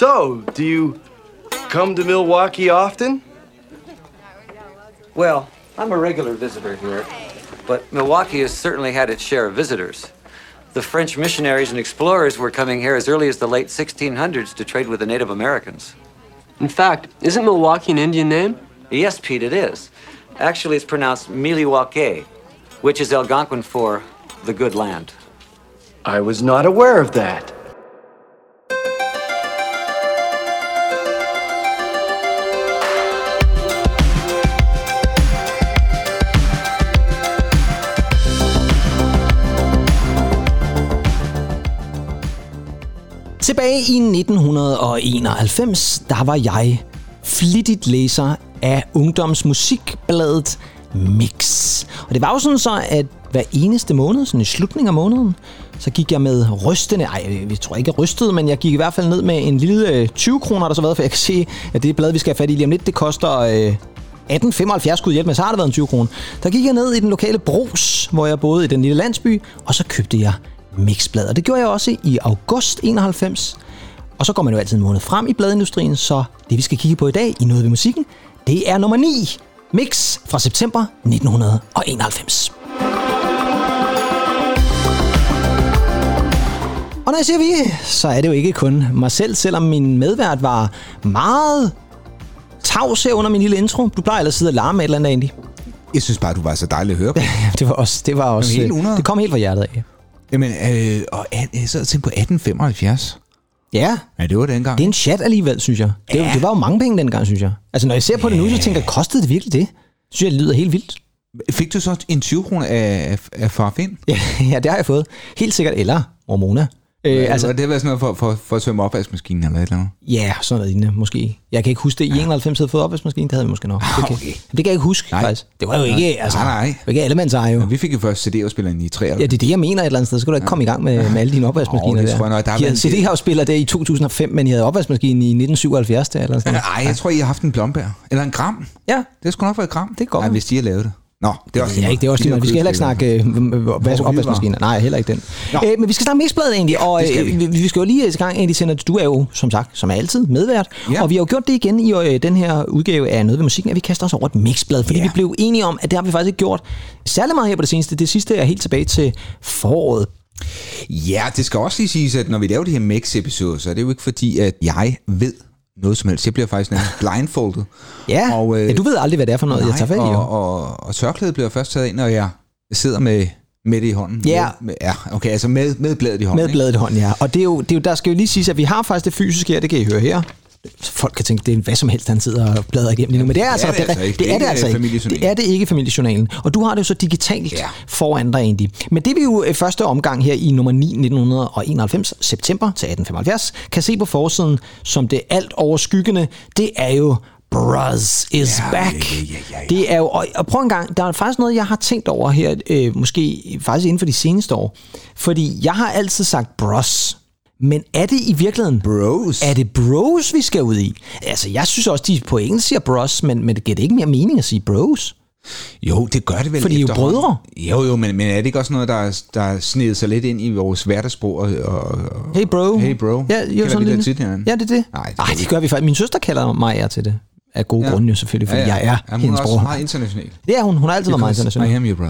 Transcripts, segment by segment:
So, do you come to Milwaukee often? Well, I'm a regular visitor here, but Milwaukee has certainly had its share of visitors. The French missionaries and explorers were coming here as early as the late 1600s to trade with the Native Americans. In fact, isn't Milwaukee an Indian name? Yes, Pete, it is. Actually, it's pronounced Miliwake, which is Algonquin for the good land. I was not aware of that. Tilbage i 1991, der var jeg flittigt læser af ungdomsmusikbladet Mix. Og det var jo sådan så, at hver eneste måned, sådan i slutningen af måneden, så gik jeg med rystende, jeg tror ikke rystet, men jeg gik i hvert fald ned med en lille 20 kroner, der så været, for jeg kan se, at det blad, vi skal have fat i lige om lidt, det koster 18,75 skud hjælp, men så har det været en 20 kroner. Der gik jeg ned i den lokale Brugs, hvor jeg boede i den lille landsby, og så købte jeg Mixblad. Og det gjorde jeg også i august 91. Og så går man jo altid en måned frem i bladindustrien, så det vi skal kigge på i dag i Noget ved musikken, det er nummer 9. Mix fra september 1991. Og når jeg siger vi, så er det jo ikke kun mig selv, selvom min medvært var meget tavs her under min lille intro. Du plejer ellers at sidde og larme et eller andet, Andy. Jeg synes bare, du var så dejlig at høre på. det var også det kom helt fra hjertet af. Jamen, og jeg sad og tænkte på 1875. Ja. Ja, det var dengang. Det er en chat alligevel, synes jeg. Det var jo mange penge dengang, synes jeg. Altså, når jeg ser på det nu, så tænker jeg, kostede det virkelig det? Synes jeg, det lyder helt vildt. Fik du så en 20 kroner af far Finn? Ja, det har jeg fået. Helt sikkert. Eller Mona. Altså, det har været sådan noget for at tømme opvaskemaskinen eller et eller andet? Ja, sådan noget lignende, måske. Jeg kan ikke huske det. I 91 havde fået opvaskemaskinen, det havde vi måske nok. Okay. Det kan jeg ikke huske, faktisk. Det var jo ikke, nej. Det var ikke allemands jo. Vi fik jo først CD-afspilleren i 3. Ja, det er det, jeg mener et eller andet sted. Så skulle du ikke komme i gang med alle dine opvaskemaskiner der. I havde CD-afspiller der i 2005, men I havde opvaskemaskinen i 1977 der, eller sådan noget. Nej, jeg tror, I har haft en Blomberg. Eller en Gram. Ja. Det skulle nok være et Gram. Det går. Nej, hvis de har lavet det. Nå, det er også ikke. Det er også vi skal heller ikke snakke opvaskemaskiner. Nej, heller ikke den. Men vi skal snakke Mixbladet egentlig, og vi skal jo lige i gang, Andy Sender. Du er jo, som sagt, som altid, medvært. Ja. Og vi har jo gjort det igen i den her udgave af Noget ved musikken, at vi kaster os over et Mixblad, fordi vi blev enige om, at det har vi faktisk ikke gjort særlig meget her på det seneste. Det sidste er helt tilbage til foråret. Ja, det skal også lige siges, at når vi laver det her Mix-episode, så er det jo ikke fordi, at jeg ved noget som helst. Jeg bliver faktisk nærmest blindfoldet. Ja, og, du ved aldrig, hvad det er for noget, jeg tager fat i. Og tørklædet bliver først taget ind, når jeg sidder med det i hånden. Ja. Okay, altså med bladet i hånden. Med bladet i hånden, ja. Og det er jo, der skal jo lige siges, at vi har faktisk det fysiske her, det kan I høre her. Folk kan tænke, det er hvad som helst, han sidder og bladrer igennem lige nu. Men det er altså det er det ikke familiejournalen. Og du har det jo så digitalt foran dig egentlig. Men det vi jo i første omgang her i nummer 9, 1991, september til 1875, kan se på forsiden som det alt overskyggende, det er jo Bros is back. Ja. Det er jo, og prøv en gang, der er faktisk noget, jeg har tænkt over her, måske faktisk inden for de seneste år. Fordi jeg har altid sagt Bros. Men er det i virkeligheden Bros? Er det Bros, vi skal ud i? Altså, jeg synes også, de på engelsk siger Bros, men det giver det ikke mere mening at sige Bros? Jo, det gør det vel. Fordi de er jo brødre. Jo, men er det ikke også noget, der snedet sig lidt ind i vores hverdagssprog? Og hey bro. Hey bro. Ja, jo, sådan det lidt. Ja, det er det. Nej, det gør vi faktisk. Min søster kalder mig til det. Af gode grunde jo selvfølgelig, fordi jeg er hendes bror. Hun er også meget international. Det er hun. Hun har altid været meget international. I am your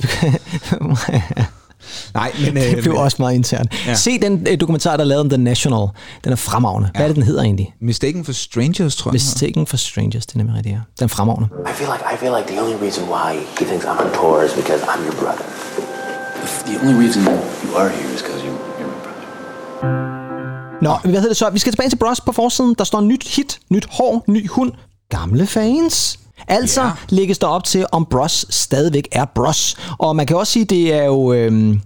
brother. Nej, men det blev også meget internt. Ja. Se den dokumentar, der er lavet om The National. Den er fremragende. Hvad er det, den hedder egentlig? Mistaken for Strangers, tror jeg. Mistaken for Strangers, det er nemlig rigtigt, ja. Den er fremragende. I feel like the only reason why he thinks I'm on tour is because I'm your brother. The only reason you are here is because you're my brother. Nå, hvad hedder det så? Vi skal tilbage til Bros på forsiden. Der står nyt hit, nyt hår, ny hund, gamle fans. Altså lægges der op til, om Bros stadigvæk er Bros. Og man kan også sige, det er jo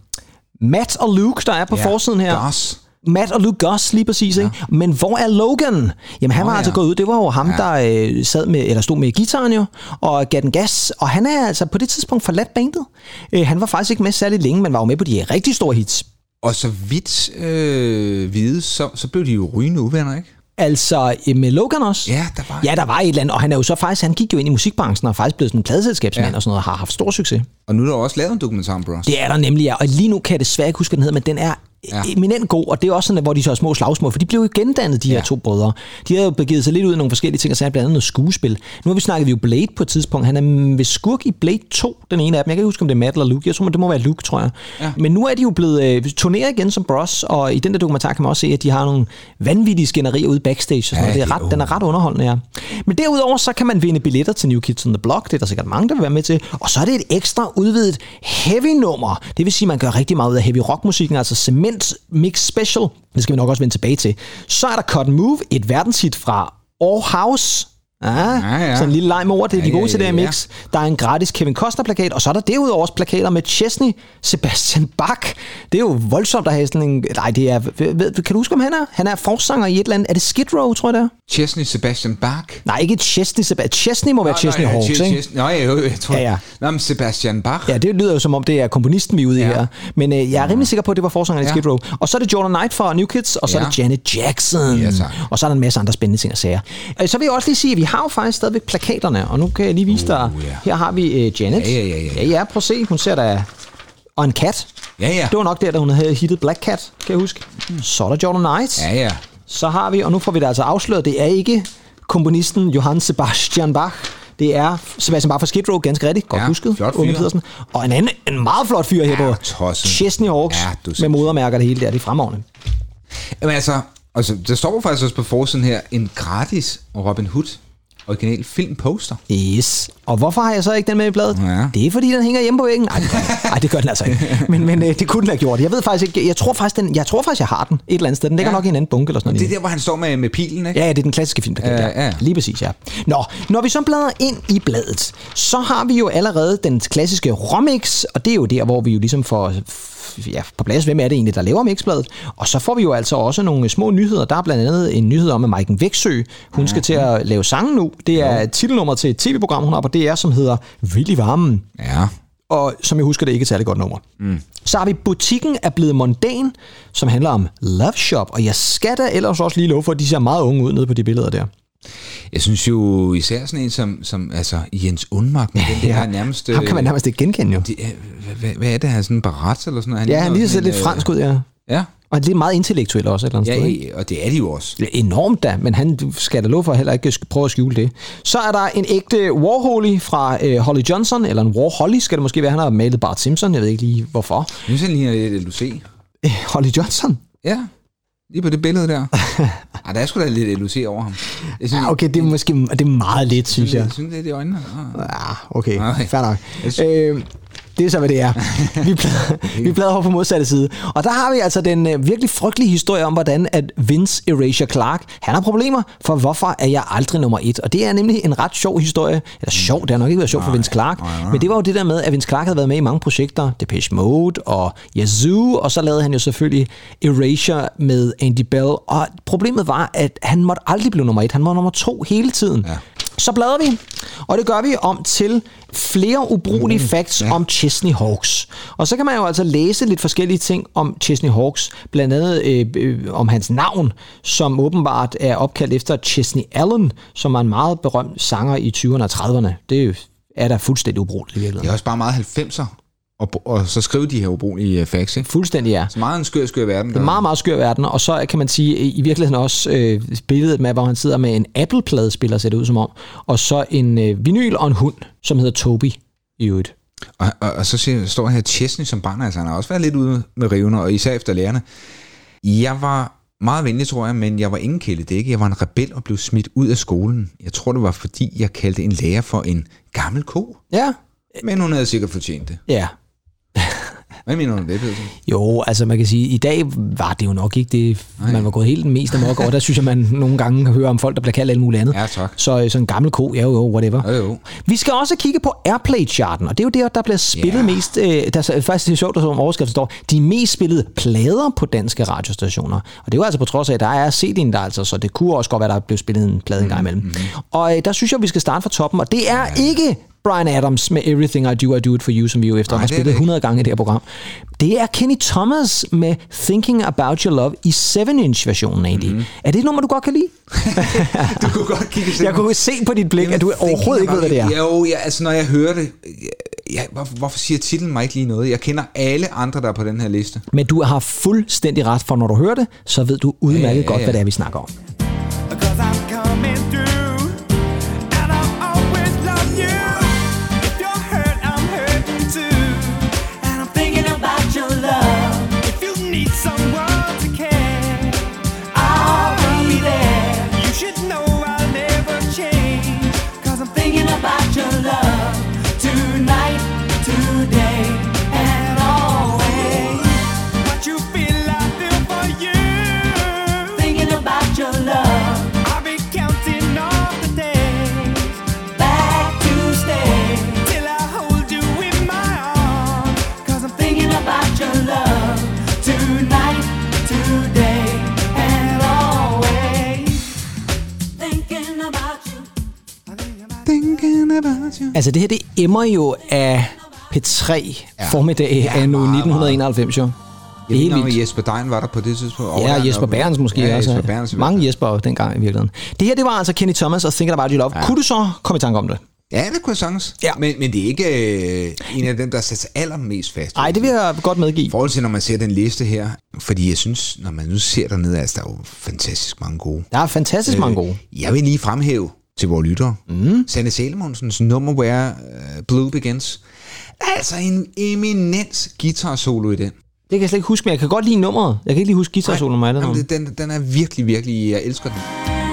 Matt og Luke, der er på forsiden her. Goss. Matt og Luke Goss, lige præcis. Ikke? Men hvor er Logan? Jamen, han var altså gået ud. Det var jo ham, der stod med guitaren jo, og gav den gas. Og han er altså på det tidspunkt forladt bandet. Han var faktisk ikke med særlig længe, men var jo med på de rigtig store hits. Og så vidt vide, så blev de jo rygende uvenner, ikke? Altså med Logan også? Ja, der var et eller andet, og han er jo så faktisk, han gik jo ind i musikbranchen og er faktisk blevet sådan en pladeselskabsmand og sådan noget, og har haft stor succes. Og nu er der også lavet en dokumentar om Bros. Det er der nemlig, ja. Og lige nu kan jeg desværre ikke huske, hvad den hedder, men den er eminent god, og det er også sådan, hvor de så er små slagsmål, for de blev jo gendannet, de her to brødre. De havde jo begivet sig lidt ud i nogle forskellige ting, og så blandt andet noget skuespil. Nu har vi snakket jo Blade på et tidspunkt. Han er ved skurk i Blade 2, den ene af dem. Jeg kan ikke huske, om det er Matt eller Luke. Jeg tror, det må være Luke, tror jeg. Ja. Men nu er de jo blevet turneret igen som bros, og i den der dokumentar kan man også se, at de har nogle vanvittige skænderier ude backstage. Og sådan noget. Den er ret underholdende, ja. Men derudover, så kan man vinde billetter til New Kids on the Block. Det er der sikkert mange, der vil være med til. Og så er det et ekstra udvidet heavy-nummer. Det vil sige, at man gør rigtig meget ud af heavy rock-musikken, altså Cement Mix Special. Det skal vi nok også vende tilbage til. Så er der Cut and Move, et verdenshit fra Aarhus. Sådan en lille leg med ord, det er de gode til det her mix. Der er en gratis Kevin Costner-plakat, og så er der derudover også plakater med Chesney Sebastian Bach. Det er jo voldsomt at have sådan en... Nej, det er... Kan du huske, om han er? Han er forsanger i et eller andet... Er det Skid Row, tror jeg det er? Chesney Sebastian Bach? Nej, ikke Chesney Sebastian... Chesney må være Chesney Hawks, ikke? Nej, jeg tror... Ja. Nå, men Sebastian Bach. Ja, det lyder jo som om, det er komponisten, vi er ude i her. Men jeg er rimelig sikker på, at det var forsangeren i Skid Row. Og så er det Jordan Knight fra New Kids, og så er det Janet Jackson. Ja, og så er der en masse andre spændende ting at sige. Så vil jeg også lige sige, at vi har jo faktisk stadigvæk plakaterne, og nu kan jeg lige vise dig. Her har vi Janet. Ja, prøv at se. Hun ser der... Og en kat. Ja. Det var nok der, da hun havde hittet Black Cat, kan jeg huske. Så er der Jordan Knight. Ja. Så har vi, og nu får vi det altså afsløret, det er ikke komponisten Johann Sebastian Bach. Det er Sebastian Bach fra Skid Row, ganske rigtigt. Godt husket. Flot fyr. Og en meget flot fyr her på Chesney Hawks med modermærker det hele der. Det er fremragende. Jamen altså, der står faktisk også på forsiden her en gratis Robin Hood original filmposter. Yes. Og hvorfor har jeg så ikke den med i bladet? Ja. Det er fordi, den hænger hjemme på væggen. Nej, det gør den altså ikke. Men det kunne den have gjort. Jeg ved faktisk ikke. Jeg tror faktisk, jeg har den et eller andet sted. Den ligger nok i en anden bunke eller sådan noget. Det er der, hvor han står med pilen, ikke? Ja, det er den klassiske filmplakat. Ja. Lige præcis, ja. Nå, når vi så bladrer ind i bladet, så har vi jo allerede den klassiske Romix, og det er jo der, hvor vi jo ligesom får på plads, hvem er det egentlig, der laver Mixbladet. Og så får vi jo altså også nogle små nyheder. Der er blandt andet en nyhed om, at Maiken Væksø, hun skal til at lave sange nu. Det er titelnummer til et tv-program, hun har på DR, som hedder Vild i varmen. Ja. Og som jeg husker, det er ikke et særligt godt nummer. Så har vi Butikken er blevet mondæn, som handler om Love Shop. Og jeg skal da ellers også lige love for, at de ser meget unge ud nede på de billeder der. Jeg synes jo især sådan en som altså Jens Undmark med den der nærmest... Ham kan man nærmest ikke genkende jo. Hvad er det her? Sådan en barat eller sådan noget? Han lige ser lidt fransk ud, ja. Ja. Og det er meget intellektuelt også et eller andet sted, ikke? Og det er de jo også. Enormt da, men han skal da love for heller ikke prøve at skjule det. Så er der en ægte Warhol fra Holly Johnson, eller en Warholly skal det måske være. Han har malet Bart Simpson, jeg ved ikke lige hvorfor. Jeg synes, han ligner lidt LUC. Holly Johnson? Ja. Lige på det billede der. Der er sgu da lidt LUC over ham. Jeg synes, okay, det er meget lidt, synes jeg. Jeg synes, det er de øjnene. Okay, fair nok. Det er så, hvad det er. Vi bladrer over på modsatte side. Og der har vi altså den virkelig frygtelige historie om, hvordan at Vince Erasure Clark, han har problemer, for hvorfor er jeg aldrig nummer 1? Og det er nemlig en ret sjov historie. Eller sjov, det har nok ikke været sjov for Vince Clark. Men det var jo det der med, at Vince Clark havde været med i mange projekter. Depeche Mode og Yazoo. Og så lavede han jo selvfølgelig Erasure med Andy Bell. Og problemet var, at han måtte aldrig blive nummer 1. Han var nummer 2 hele tiden. Ja. Så bladrer vi, og det gør vi om til flere ubrugelige facts om Chesney Hawks. Og så kan man jo altså læse lidt forskellige ting om Chesney Hawks, blandt andet om hans navn, som åbenbart er opkaldt efter Chesney Allen, som er en meget berømt sanger i 20'erne og 30'erne. Det er da fuldstændig ubrugeligt i virkeligheden. Det er også bare meget 90'er. Og så skrive de her ubrugelige facts, ikke? Fuldstændig, ja. Så meget en skør verden. Det er meget, meget skør verden. Og så kan man sige, i virkeligheden også billedet med, hvor han sidder med en Apple-pladespiller, ser det ud som om. Og så en vinyl og en hund, som hedder Toby i øvrigt. Og så står her Chesney som barn, altså han har også været lidt ude med rivene, og især efter lærerne. Jeg var meget venlig, tror jeg, men jeg var ingen kæledække. Jeg var en rebel og blev smidt ud af skolen. Jeg tror, det var fordi, jeg kaldte en lærer for en gammel ko. Ja. Men hun havde sikkert fortjent det. Ja. Hvad mener du om det, Peter? Jo, altså man kan sige, i dag var det jo nok ikke det, man var gået helt mest amok over. Der synes jeg, man nogle gange hører om folk, der bliver kaldt alt muligt andet. Ja, tak. Så en gammel ko, jo, whatever. Jo. Vi skal også kigge på Airplay-charten, og det er jo der bliver spillet mest, der faktisk det er sjovt, der som overskrift står, de mest spillede plader på danske radiostationer. Og det er jo altså på trods af, at der er CD'en der altså, så det kunne også godt være, der blev spillet en plade en gang imellem. Og der synes jeg, vi skal starte fra toppen, og det er ikke Bryan Adams med Everything I Do It For You, som vi jo efter har spillet 100 gange i det her program. Det er Kenny Thomas med Thinking About Your Love i 7-inch-versionen af det. Er det et nummer, du godt kan lide? Du kunne godt kigge. Jeg kunne se på dit blik, at du overhovedet ikke ved, hvad det er. Jo, altså når jeg hører det, Hvorfor siger titlen mig ikke lige noget? Jeg kender alle andre, der er på den her liste. Men du har fuldstændig ret, for når du hører det, så ved du udmærket godt, hvad det er, vi snakker om. Altså det her, det emmer jo af P3 formiddag af nu 1991 jo. Det er helt vildt. Jesper Dein var der på det tidspunkt. Ja, Jesper Behrens måske også. Jesper Behrens, mange Jesper dengang i virkeligheden. Det her, det var altså Kenny Thomas og Thinking About Your Love. Kunne du så komme i tanke om det? Ja, det kunne jeg sagtens. Ja. Men det er ikke en af dem, der sætter allermest fast. Nej, det vil jeg godt medgive. I forhold til, når man ser den liste her. Fordi jeg synes, når man nu ser dernede, altså, der er jo fantastisk mange gode. Der er fantastisk mange gode. Jeg vil lige fremhæve til vores lyttere. Sanne Salomonsens nummer Where Blue Begins. Altså en eminent guitar-solo i den. Det kan jeg slet ikke huske, men jeg kan godt lide nummeret. Jeg kan ikke lige huske guitar-soloen med det. Den er virkelig, virkelig... Jeg elsker den.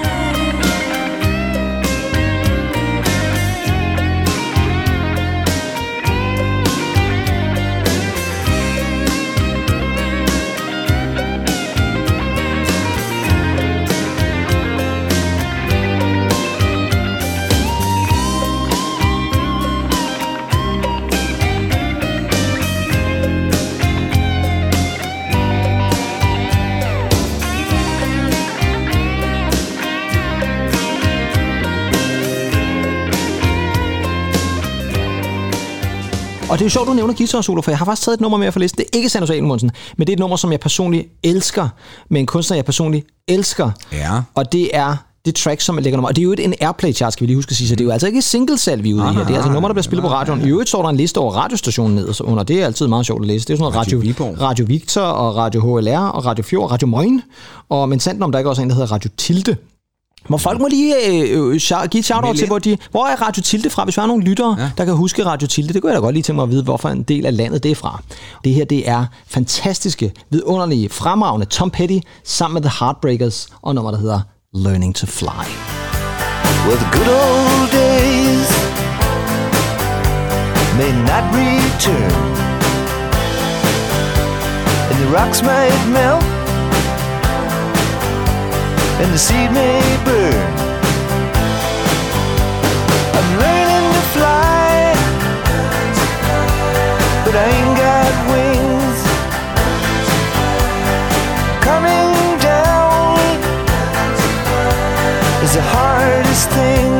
Og det er jo sjovt, du nævner guitar-solo, for jeg har faktisk taget et nummer med for listen. Det er ikke Sanne Salomonsen, men det er et nummer, som jeg personligt elsker, med en kunstner, jeg personligt elsker. Ja. Og det er det track, som ligger nummer. Og det er jo en airplay-chart, skal vi lige huske at sige, så det er jo altså ikke single-salg, vi er ude i her. Det er altså nummer, der bliver spillet på radioen. I øvrigt står der en liste over radiostationen ned under. Det er altid meget sjovt at læse. Det er sådan noget Radio Victor og Radio HLR og Radio Fjord og Radio Moin. Og men sandt om der ikke også er en, der hedder Radio Tilde. Må folk må lige give et shout-out til, hvor er Radio Tilde fra? Hvis vi har nogle lyttere, der kan huske Radio Tilde, det kunne jeg da godt lige tænke mig at vide, hvorfor en del af landet det er fra. Det her, det er fantastiske, vidunderlige, fremragende Tom Petty sammen med The Heartbreakers og nummer, der hedder Learning to Fly. Well, the good old days may not return, and the rocks might melt, and the seed may burn. I'm learning to fly, but I ain't got wings. Coming down is the hardest thing.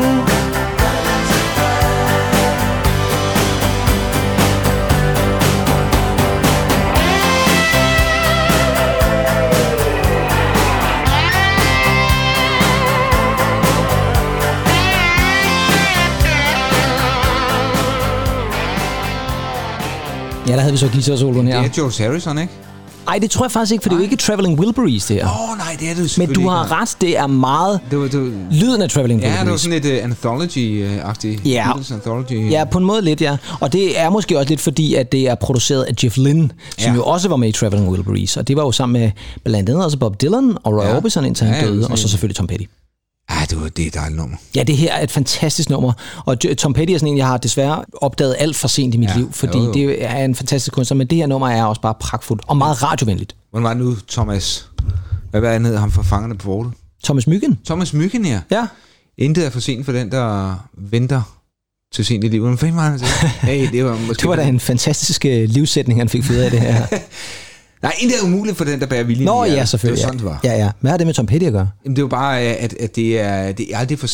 Ja, der havde vi så guitar-soloen her. Det er George Harrison, ikke? Ej, det tror jeg faktisk ikke, for det er jo ikke Traveling Wilburys, det her. Nej, det er det selvfølgelig. Men du har ret, det er meget lyden af Traveling Wilburys. Ja, det var sådan lidt anthology-agtigt. Ja. Anthology. Ja, på en måde lidt, ja. Og det er måske også lidt fordi, at det er produceret af Jeff Lynne, som jo også var med i Traveling Wilburys. Og det var jo sammen med blandt andet også Bob Dylan og Roy Orbison, indtil han døde, og så selvfølgelig Tom Petty. Det er et dejligt nummer. Ja, det her er et fantastisk nummer. Og Tom Petty er sådan en, jeg har desværre opdaget alt for sent i mit liv, fordi det er en fantastisk kunstner, men det her nummer er også bare pragtfuldt og meget radiovenligt. Hvordan var det nu, Thomas? Hvad var han hed? Ham fra Fangerne på Fortet? Thomas Myggen. Thomas Myggen, ja. Ja. Intet er for sent for den, der venter til sent i livet. Hvad fanden var han til? Hey, det var da en fantastisk livssætning, han fik fået af det her. Nej, intet er umuligt for den, der bærer viljen. Ja, selvfølgelig. Det var sådan, det var. Ja. Hvad har det med Tom Petty at gøre? Jamen, det er jo bare, at det er aldrig for sent.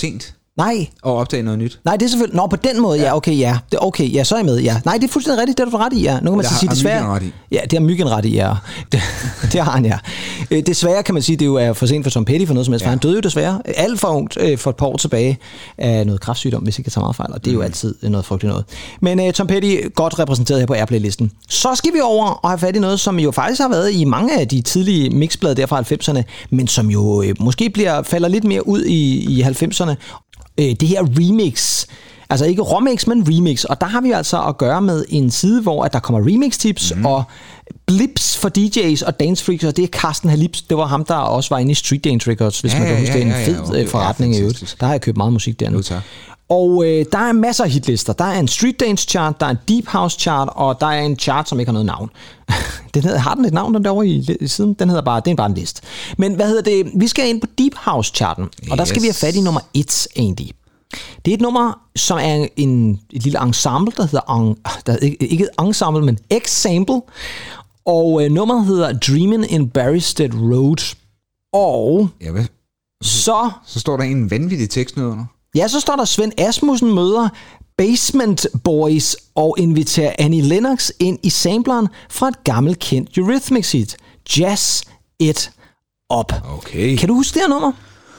Nej. Og opdage noget nyt. Nej, det er selvfølgelig... Nå, på den måde, ja, okay, ja. Okay, ja, så er jeg med, ja. Nej, det er fuldstændig rigtigt, det er du ret i, ja. Nu kan man sige, desværre... Ja, det har Myggen ret i, ja. Det har han, ja. Desværre kan man sige, det jo er for sent for Tom Petty for noget som helst, for han døde jo desværre alt for ungt for et par år tilbage af noget kræftsygdom, hvis ikke jeg tager meget fejl, og det er jo altid noget frygteligt noget. Men Tom Petty, godt repræsenteret her på Airplay-listen. Så skal vi over og have fat i noget, som jo faktisk har været i mange af de tidlige mixblade der fra 90'erne, men som jo måske falder lidt mere ud i 90'erne. Det her remix, altså ikke remix, men remix, og der har vi altså at gøre med en side, hvor at der kommer remix-tips og blips for DJ's og dance freaks, og det er Carsten Halips, det var ham, der også var inde i Street Dance Records, hvis man kan huske det, en fed forretning i øvrigt. Der har jeg købt meget musik dernede. Og der er masser af hitlister. Der er en street dance chart, der er en deep house chart, og der er en chart, som ikke har noget navn. Har den et navn, den derovre i siden? Det er bare en liste. Men hvad hedder det? Vi skal ind på deep house charten, og der skal vi have fat i nummer 1 egentlig. Det er et nummer, som er et lille ensemble, der hedder ikke et ensemble, men X-sample. Og nummeret hedder Dreamin' in Barristed Road. Og så står der en vanvittig tekst nede under. Ja, så står der, Svend Asmussen møder Basement Boys og inviterer Annie Lennox ind i sampleren fra et gammelt kendt Eurythmics hit, Jazz It Up. Okay. Kan du huske det her nummer?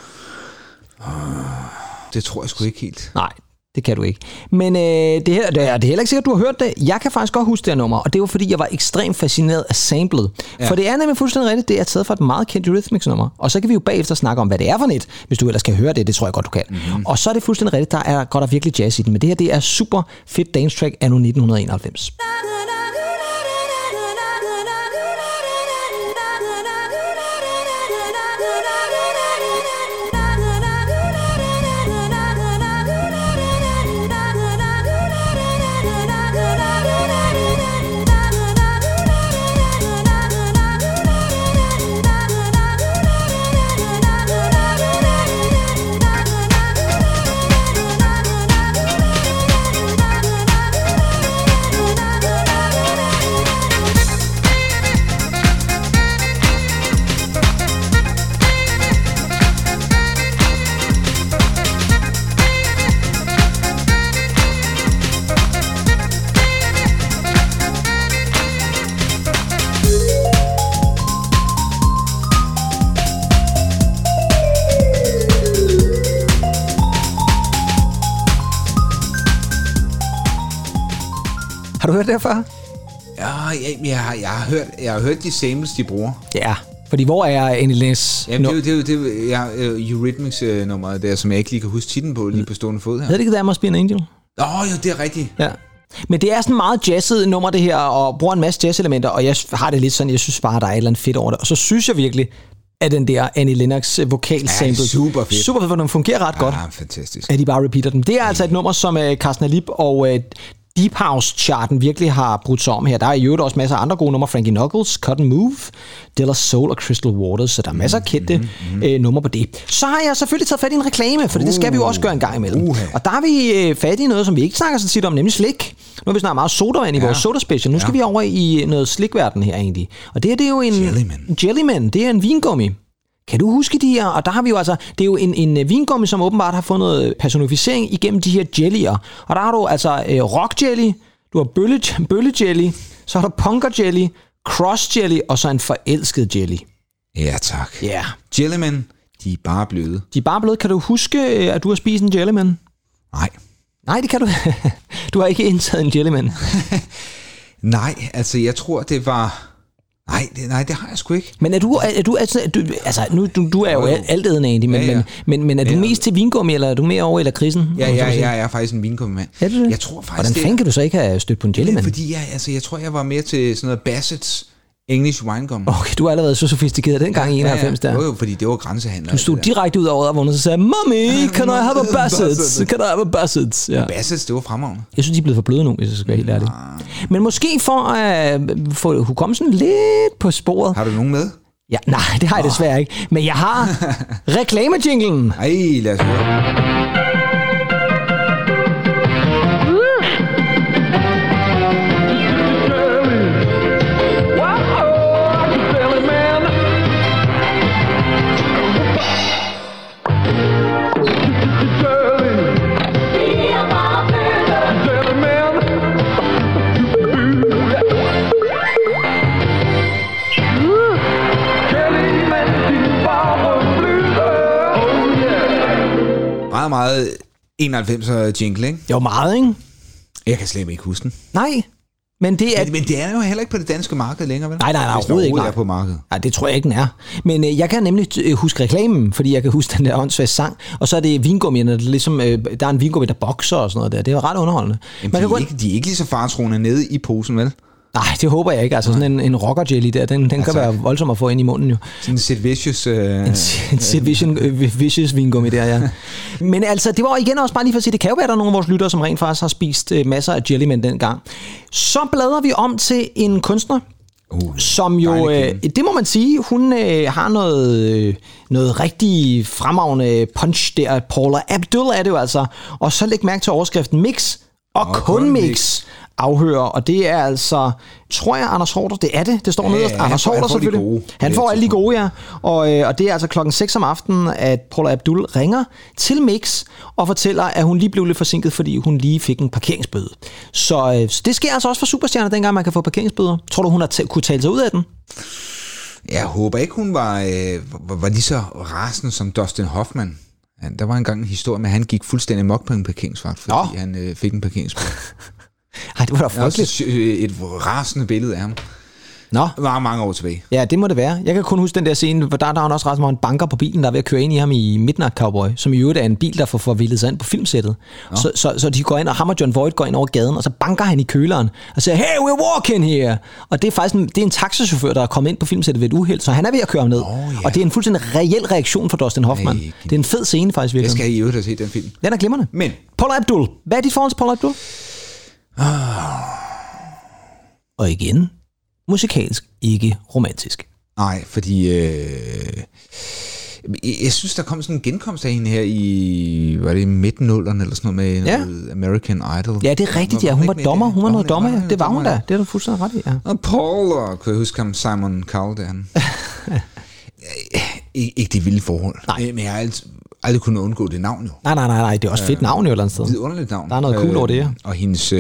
Det tror jeg sgu ikke helt. Nej, det kan du ikke. Men det er heller ikke sikkert, at du har hørt det. Jeg kan faktisk godt huske det her nummer, og det var fordi, jeg var ekstremt fascineret af samplet. Ja. For det er nemlig fuldstændig rigtigt, det er taget fra et meget kendt Eurythmics-nummer. Og så kan vi jo bagefter snakke om, hvad det er for net, hvis du ellers kan høre det. Det tror jeg godt, du kan. Mm-hmm. Og så er det fuldstændig rigtigt, der er godt og virkelig jazz i den. Men det her, det er super fedt dance track anno 1991. Har du hørt det før? Ja, jeg har hørt de samples, de bruger. Ja, fordi hvor er Annie Lennox? Jamen, det er Eurythmics-nummeret der, som jeg ikke lige kan huske titlen på, lige på stående fod her. Hedder det ikke, der Must Be an Angel? Jo, det er rigtigt. Ja. Men det er sådan meget jazzet nummer, det her, og bruger en masse jazz-elementer, og jeg har det lidt sådan, jeg synes bare, der er et eller andet fedt over det. Og så synes jeg virkelig, at den der Annie Lennox vokal-sample super fedt. Super fedt, for den fungerer ret godt. Ja, fantastisk. At de bare repeater den. Det er altså et nummer, som Carsten Halip og Deep House-charten virkelig har brudt sig om her. Der er jo også masser af andre gode numre. Frankie Knuckles, Cut and Move, De La Soul og Crystal Waters, så der er masser af kendte numre på det. Så har jeg selvfølgelig taget fat i en reklame, for det skal vi jo også gøre en gang imellem. Og der har vi fat i noget, som vi ikke snakker så tit om, nemlig slik. Nu har vi snart meget sodavand i vores soda special. Nu skal vi over i noget slikverden her egentlig. Og det er jo en Jellyman. Det er en vingummi. Kan du huske de her? Og der har vi jo altså, det er jo en vingummi, som åbenbart har fået noget personificering igennem de her jellyer. Og der har du altså rock jelly, du har bølle jelly, så har du punker jelly, cross jelly, og så en forelsket jelly. Ja, tak. Ja. Yeah. Jellyman, de er bare bløde. De er bare bløde. Kan du huske, at du har spist en Jellyman? Nej. Nej, det kan du. Du har ikke indtaget en Jellyman. Nej, altså jeg tror, det var... Nej, det har jeg sgu ikke. Men er du er jo altædende egentlig, men er du mest til vingummi, eller er du mere over i lakridsen? Ja, jeg er faktisk en vingummi-mand. Er du det? Jeg tror faktisk, hvordan fanden kan du så ikke have stødt på en Jellyman? Fordi jeg tror, jeg var mere til sådan noget Bassett's English Wine Gum. Okay, du er allerede så sofistikeret dengang i 91 der. Jo, fordi det var grænsehandler. Du stod direkte ud over og så sagde, Mommy, can I have a Bassett's? Can I have a Bassett's? Ja. Bassett's, det var fremragende. Jeg synes, de er blevet for bløde nu, hvis jeg skal være helt ærlig. Men måske for at få hukommelsen lidt på sporet. Har du nogen med? Ja, nej, det har jeg desværre ikke. Men jeg har reklamejinglen. Ej, lad os høre. Meget, meget 91'er jingle, ikke? Jo, meget, ikke? Jeg kan slet ikke huske den. Nej, men det er... Men det er jo heller ikke på det danske marked længere, vel? Nej, overhovedet ikke. Er på markedet. Nej, det tror jeg ikke, den er. Men jeg kan nemlig huske reklamen, fordi jeg kan huske den der åndssvage sang, og så er det vingummierne, ligesom, der er en vingummi, der bokser og sådan noget der. Det er ret underholdende. Jamen, de er ikke lige så faretroende nede i posen, vel? Nej, det håber jeg ikke. Altså sådan en rocker jelly der, den kan være voldsom at få ind i munden jo. Sådan en Sid Vicious... En Sid Vicious vingummi der, ja. Men altså, det var igen også bare lige for at sige, det kan jo være, der er nogle af vores lyttere, som rent faktisk har spist masser af jellymen dengang. Så bladrer vi om til en kunstner, som jo, det må man sige, hun har noget rigtig fremragende punch der. Paula Abdul er det jo altså. Og så læg mærke til overskriften Mix og kun Mix afhører, og det er altså, tror jeg, Anders Horder, det er det. Det står nederst. Anders Horder selvfølgelig. Han får alle de gode, ja. Og det er altså 6:00 om aftenen, at Paula Abdul ringer til Mix og fortæller, at hun lige blev lidt forsinket, fordi hun lige fik en parkeringsbøde. Så det sker altså også for superstjerner, dengang man kan få parkeringsbøder. Tror du, hun har kunne tale sig ud af den? Jeg håber ikke, hun var lige så rasende som Dustin Hoffman. Der var engang en historie med, at han gik fuldstændig mok på en parkeringsvagt, fordi han fik en parkeringsbøde. Ej, det var da frygteligt. Også et rasende billede af ham. Nå. Det var mange år tilbage. Ja, det må det være. Jeg kan kun huske den der scene, hvor der er han også ret meget en banker på bilen, der er ved at køre ind i ham i Midnight Cowboy, som i øvrigt er en bil, der får forvildet sig ind på filmsættet. Så de går ind, og ham og John Voight går ind over gaden, og så banker han i køleren og siger, hey, we're walking here! Og det er faktisk en taxachauffør, der er kommet ind på filmsættet ved et uheld, så han er ved at køre ham ned. Og det er en fuldstændig reel reaktion fra Dustin Hoffman. Det er en fed scene faktisk virkelig. Jeg skal i øvrigt have set den film. Den er glimrende. Men Paula Abdul. Hvad er dit forhold til Paula Abdul? Og igen, musikalsk, ikke romantisk. Nej, fordi jeg synes, der kom sådan en genkomst af hende her i, var det midten-nullerne eller sådan noget med noget American Idol? Ja, det er rigtigt, ja. Hun var dommer. Hun var noget dommer, ja. Det var hun da. Det er du fuldstændig ret i, ja. Og Paul, kunne jeg huske ham, Simon Cowell der. Ikke det vilde forhold. Nej. Men jeg har aldrig kunnet undgå det navn jo. Nej. Det er også fedt navn jo et eller andet sted. Vidunderligt navn. Der er noget cool over det, ja. Og hendes...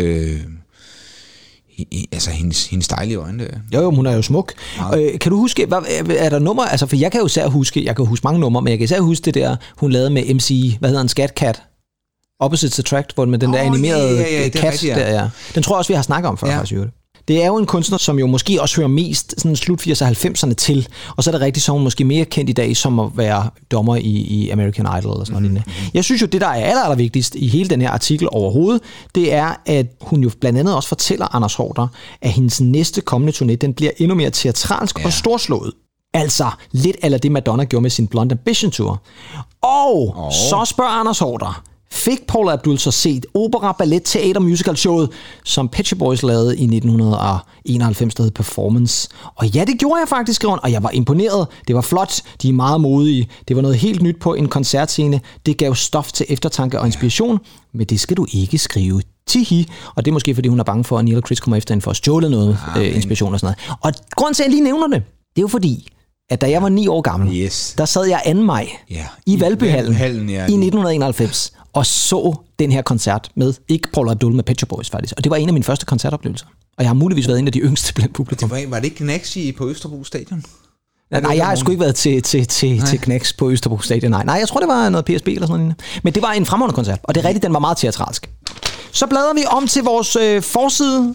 hendes dejlige øjne. Jo, hun er jo smuk. Kan du huske, er der nummer? Altså, for jeg kan jo især huske, mange numre, men jeg kan især huske det der, hun lavede med MC, hvad hedder en Scat Cat? Opposites Attract, hvor med den der animerede kat rigtigt, der, ja. Den tror jeg også, vi har snakket om før, faktisk. Det er jo en kunstner, som jo måske også hører mest sådan slut 80'erne og 90'erne til, og så er det rigtigt, så hun måske mere kendt i dag som at være dommer i American Idol eller sådan noget. Jeg synes jo, det der er aller vigtigst i hele den her artikel overhovedet, det er, at hun jo blandt andet også fortæller Anders Horder, at hendes næste kommende turné, den bliver endnu mere teatralsk og storslået. Altså lidt eller det Madonna gjorde med sin Blonde Ambition Tour. Og så spørger Anders Horder, fik Paula Abdul så set opera, ballet, teater, musical showet, som Pet Shop Boys lavede i 1991, der hed Performance. Og ja, det gjorde jeg faktisk, og jeg var imponeret. Det var flot, de er meget modige. Det var noget helt nyt på en koncertscene. Det gav stof til eftertanke og inspiration, men det skal du ikke skrive. Tihi. Og det er måske, fordi hun er bange for, at Neil og Chris kommer efter hende for at stjåle noget inspiration og sådan noget. Og grunden til, at jeg lige nævner det, det er jo fordi, at da jeg var 9 år gammel, der sad jeg 2. maj i Valbyhallen i 1991 og så den her koncert med, ikke Paula Abdul, med Pet Shop Boys faktisk. Og det var en af mine første koncertoplevelser. Og jeg har muligvis været en af de yngste blandt publikum. Var det ikke Knacks på Østerbro Stadion? Nej, jeg har sgu ikke været til Knacks på Østerbro Stadion. Nej, jeg tror, det var noget PSB eller sådan noget. Men det var en fremragende koncert, og det er rigtigt, den var meget teatralsk. Så bladrer vi om til vores forside.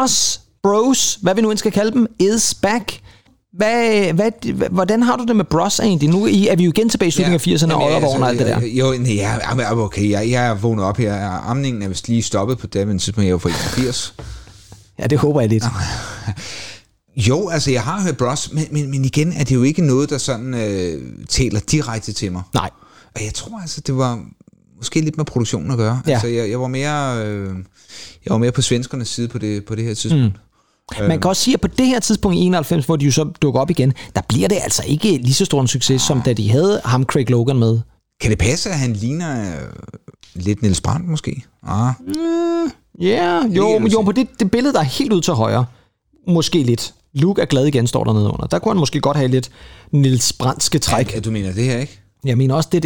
Bros, hvad vi nu end skal kalde dem, is back. Hvordan har du det med Bros egentlig? Nu er vi jo igen tilbage i slutningen af 80'erne og Odderborgen og alt det der. Okay, jeg er vågnet op her. Amningen er vist lige stoppet på det, men synes man, jeg er for 81. Ja, det håber jeg lidt. Jo, altså jeg har hørt Bros, men igen er det jo ikke noget, der sådan taler direkte til mig. Nej. Og jeg tror altså, det var måske lidt med produktionen at gøre. Ja. Altså jeg var mere på svenskernes side på det her tidspunkt. Man kan også sige, at på det her tidspunkt i 91, hvor de jo så dukker op igen, der bliver det altså ikke lige så stor en succes, som da de havde ham Craig Logan med. Kan det passe, at han ligner lidt Niels Brandt måske? Jo, på det billede, der er helt ud til højre, måske lidt. Luke er glad igen, står der nede under. Der kunne han måske godt have lidt Niels Brandtske træk. Ja, du mener det her, ikke? Jeg mener også det der.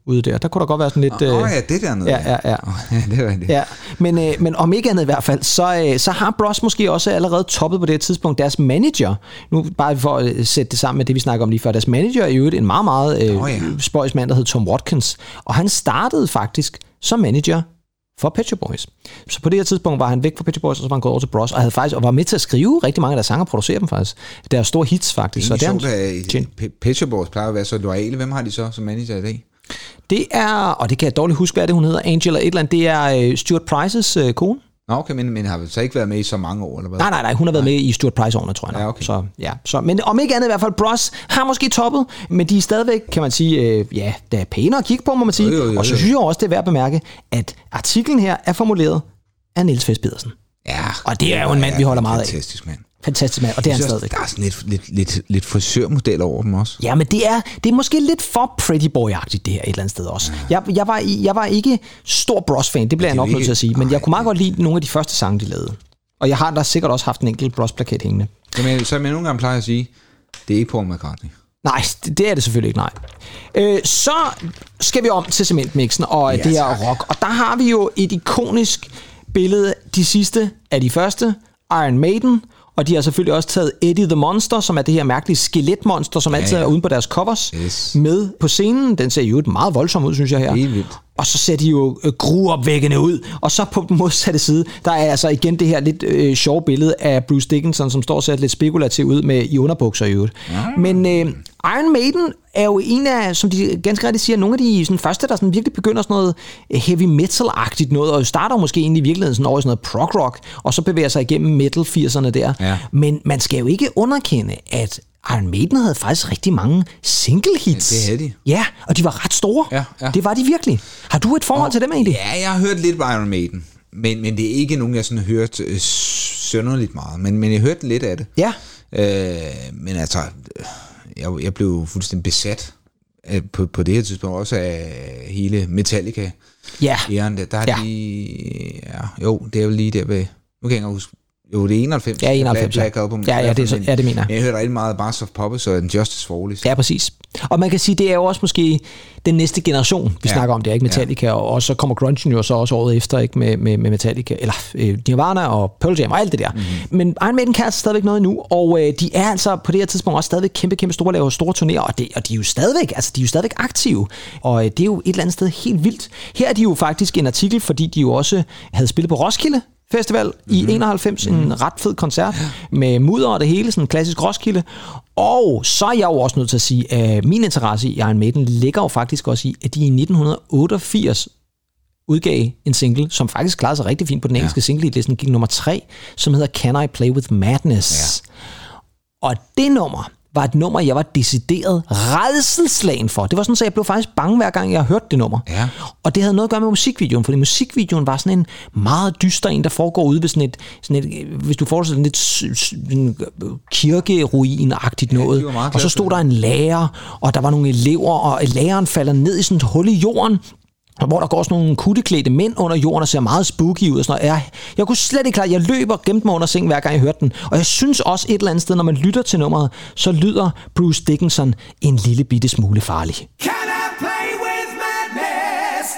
ude der. Der kunne der godt være sådan lidt... ja, det dernede. Ja. Ja, det er rigtigt. Ja, men om ikke andet i hvert fald, så har Bros måske også allerede toppet på det her tidspunkt deres manager. Nu bare for at sætte det sammen med det, vi snakker om lige før. Deres manager er jo en meget, meget spøjs mand, der hed Tom Watkins. Og han startede faktisk som manager for Pet Shop Boys. Så på det her tidspunkt var han væk fra Pet Shop Boys, og så var han gået over til Bros, og var med til at skrive rigtig mange af deres sange og producere dem faktisk. Der er store hits faktisk. Det er sjovt, at Pet Shop Boys plejer at være så loyale. Hvem har de så som manager i dag? Det er, og det kan jeg dårligt huske, hvad det hun hedder, Angela et eller andet, det er Stuart Prices kone. Okay, men har så ikke været med i så mange år, eller hvad? Nej, hun har været med i Stuart Price-årene, tror jeg. Ja, okay. Så, men om ikke andet i hvert fald, Bros har måske toppet, men de er stadigvæk, kan man sige, der er pænere at kigge på, må man sige. Jo. Og så synes jeg også, det er værd at bemærke, at artiklen her er formuleret af Niels Fest Pedersen. Ja. Og det er jo en mand, vi holder meget af. Fantastisk mand, og det er han stadigvæk. Der er sådan lidt frisørmodel over dem også. Ja, men det er måske lidt for Pretty Boy-agtigt, det her et eller andet sted også. Ja. Jeg var ikke stor Bros-fan, det bliver jeg nok nødt til at sige, men jeg kunne meget godt lide nogle af de første sange, de lavede. Og jeg har da sikkert også haft en enkelt Bros-plakat hængende. Jamen, så jeg nogle gange plejer at sige, det er ikke Paul McCartney. Nej, det er det selvfølgelig ikke, nej. Så skal vi om til cementmixen og det her rock. Og der har vi jo et ikonisk billede, de sidste af de første, Iron Maiden. Og de har selvfølgelig også taget Eddie the Monster, som er det her mærkelige skeletmonster, som altid er uden på deres covers, med på scenen. Den ser jo meget voldsom ud, synes jeg her. Helt vildt. Og så ser de jo gruopvækkende ud. Og så på den modsatte side, der er altså igen det her lidt sjove billede af Bruce Dickinson, som står og ser lidt spekulativ ud med i underbukser i øvrigt. Men Iron Maiden er jo en af, som de ganske rigtigt siger, nogle af de sådan, første, der sådan virkelig begynder sådan noget heavy metal-agtigt noget, og starter måske egentlig i virkeligheden sådan over i sådan noget prog-rock, og så bevæger sig igennem metal 80'erne der. Ja. Men man skal jo ikke underkende, at Iron Maiden havde faktisk rigtig mange single hits. Ja, det havde de. Ja, og de var ret store. Ja. Det var de virkelig. Har du et forhold til dem egentlig? Ja, jeg har hørt lidt på Iron Maiden, men det er ikke nogen, jeg sådan har hørt sønderligt meget, men jeg hørte lidt af det. Ja. Men altså, jeg blev fuldstændig besat på det her tidspunkt også af hele Metallica. Ja. Der er de... Ja, jo, det er jo lige der ved... Nu kan jeg ikke huske. Jo, det er 91. Ja, 91. Black Album. Ja, det mener jeg. Jeg hørte rigtig meget Bars of Puppets og Justice for All. Ja, præcis. Og man kan sige, det er jo også måske den næste generation, vi snakker om det, ikke? Metallica, og så kommer grunge jo så også året efter, ikke? Med Metallica, eller Nirvana og Pearl Jam og alt det der. Mm-hmm. Men Iron Maiden kan altså stadigvæk noget nu, og de er altså på det her tidspunkt også stadigvæk kæmpe store, laver store turnéer, og de er jo stadigvæk, aktive, og det er jo et eller andet sted helt vildt. Her er de jo faktisk en artikel, fordi de jo også havde spillet på Roskilde Festival i 91, en ret fed koncert med mudder og det hele, sådan en klassisk Roskilde. Og så er jeg jo også nødt til at sige, at min interesse i Iron Maiden ligger jo faktisk også i, at de i 1988 udgav en single, som faktisk klarede sig rigtig fint på den engelske single-hitlisten, gik nummer 3, som hedder Can I Play With Madness. Ja. Og det nummer var et nummer, jeg var decideret rædselsslagen for. Det var sådan, så jeg blev faktisk bange, hver gang jeg hørte det nummer. Ja. Og det havde noget at gøre med musikvideoen, fordi musikvideoen var sådan en meget dyster en, der foregår ude ved sådan et hvis du forestiller lidt kirkeruin-agtigt noget. Og så stod der en lærer, og der var nogle elever, og læreren falder ned i sådan et hul i jorden, hvor der går sådan nogle kutteklædte mænd under jorden og ser meget spooky ud og sådan noget. Jeg kunne slet ikke klare, jeg løber og gemte mig under sengen, hver gang jeg hørte den. Og jeg synes også et eller andet sted, når man lytter til nummeret, så lyder Bruce Dickinson en lille bitte smule farlig. Can I play with madness?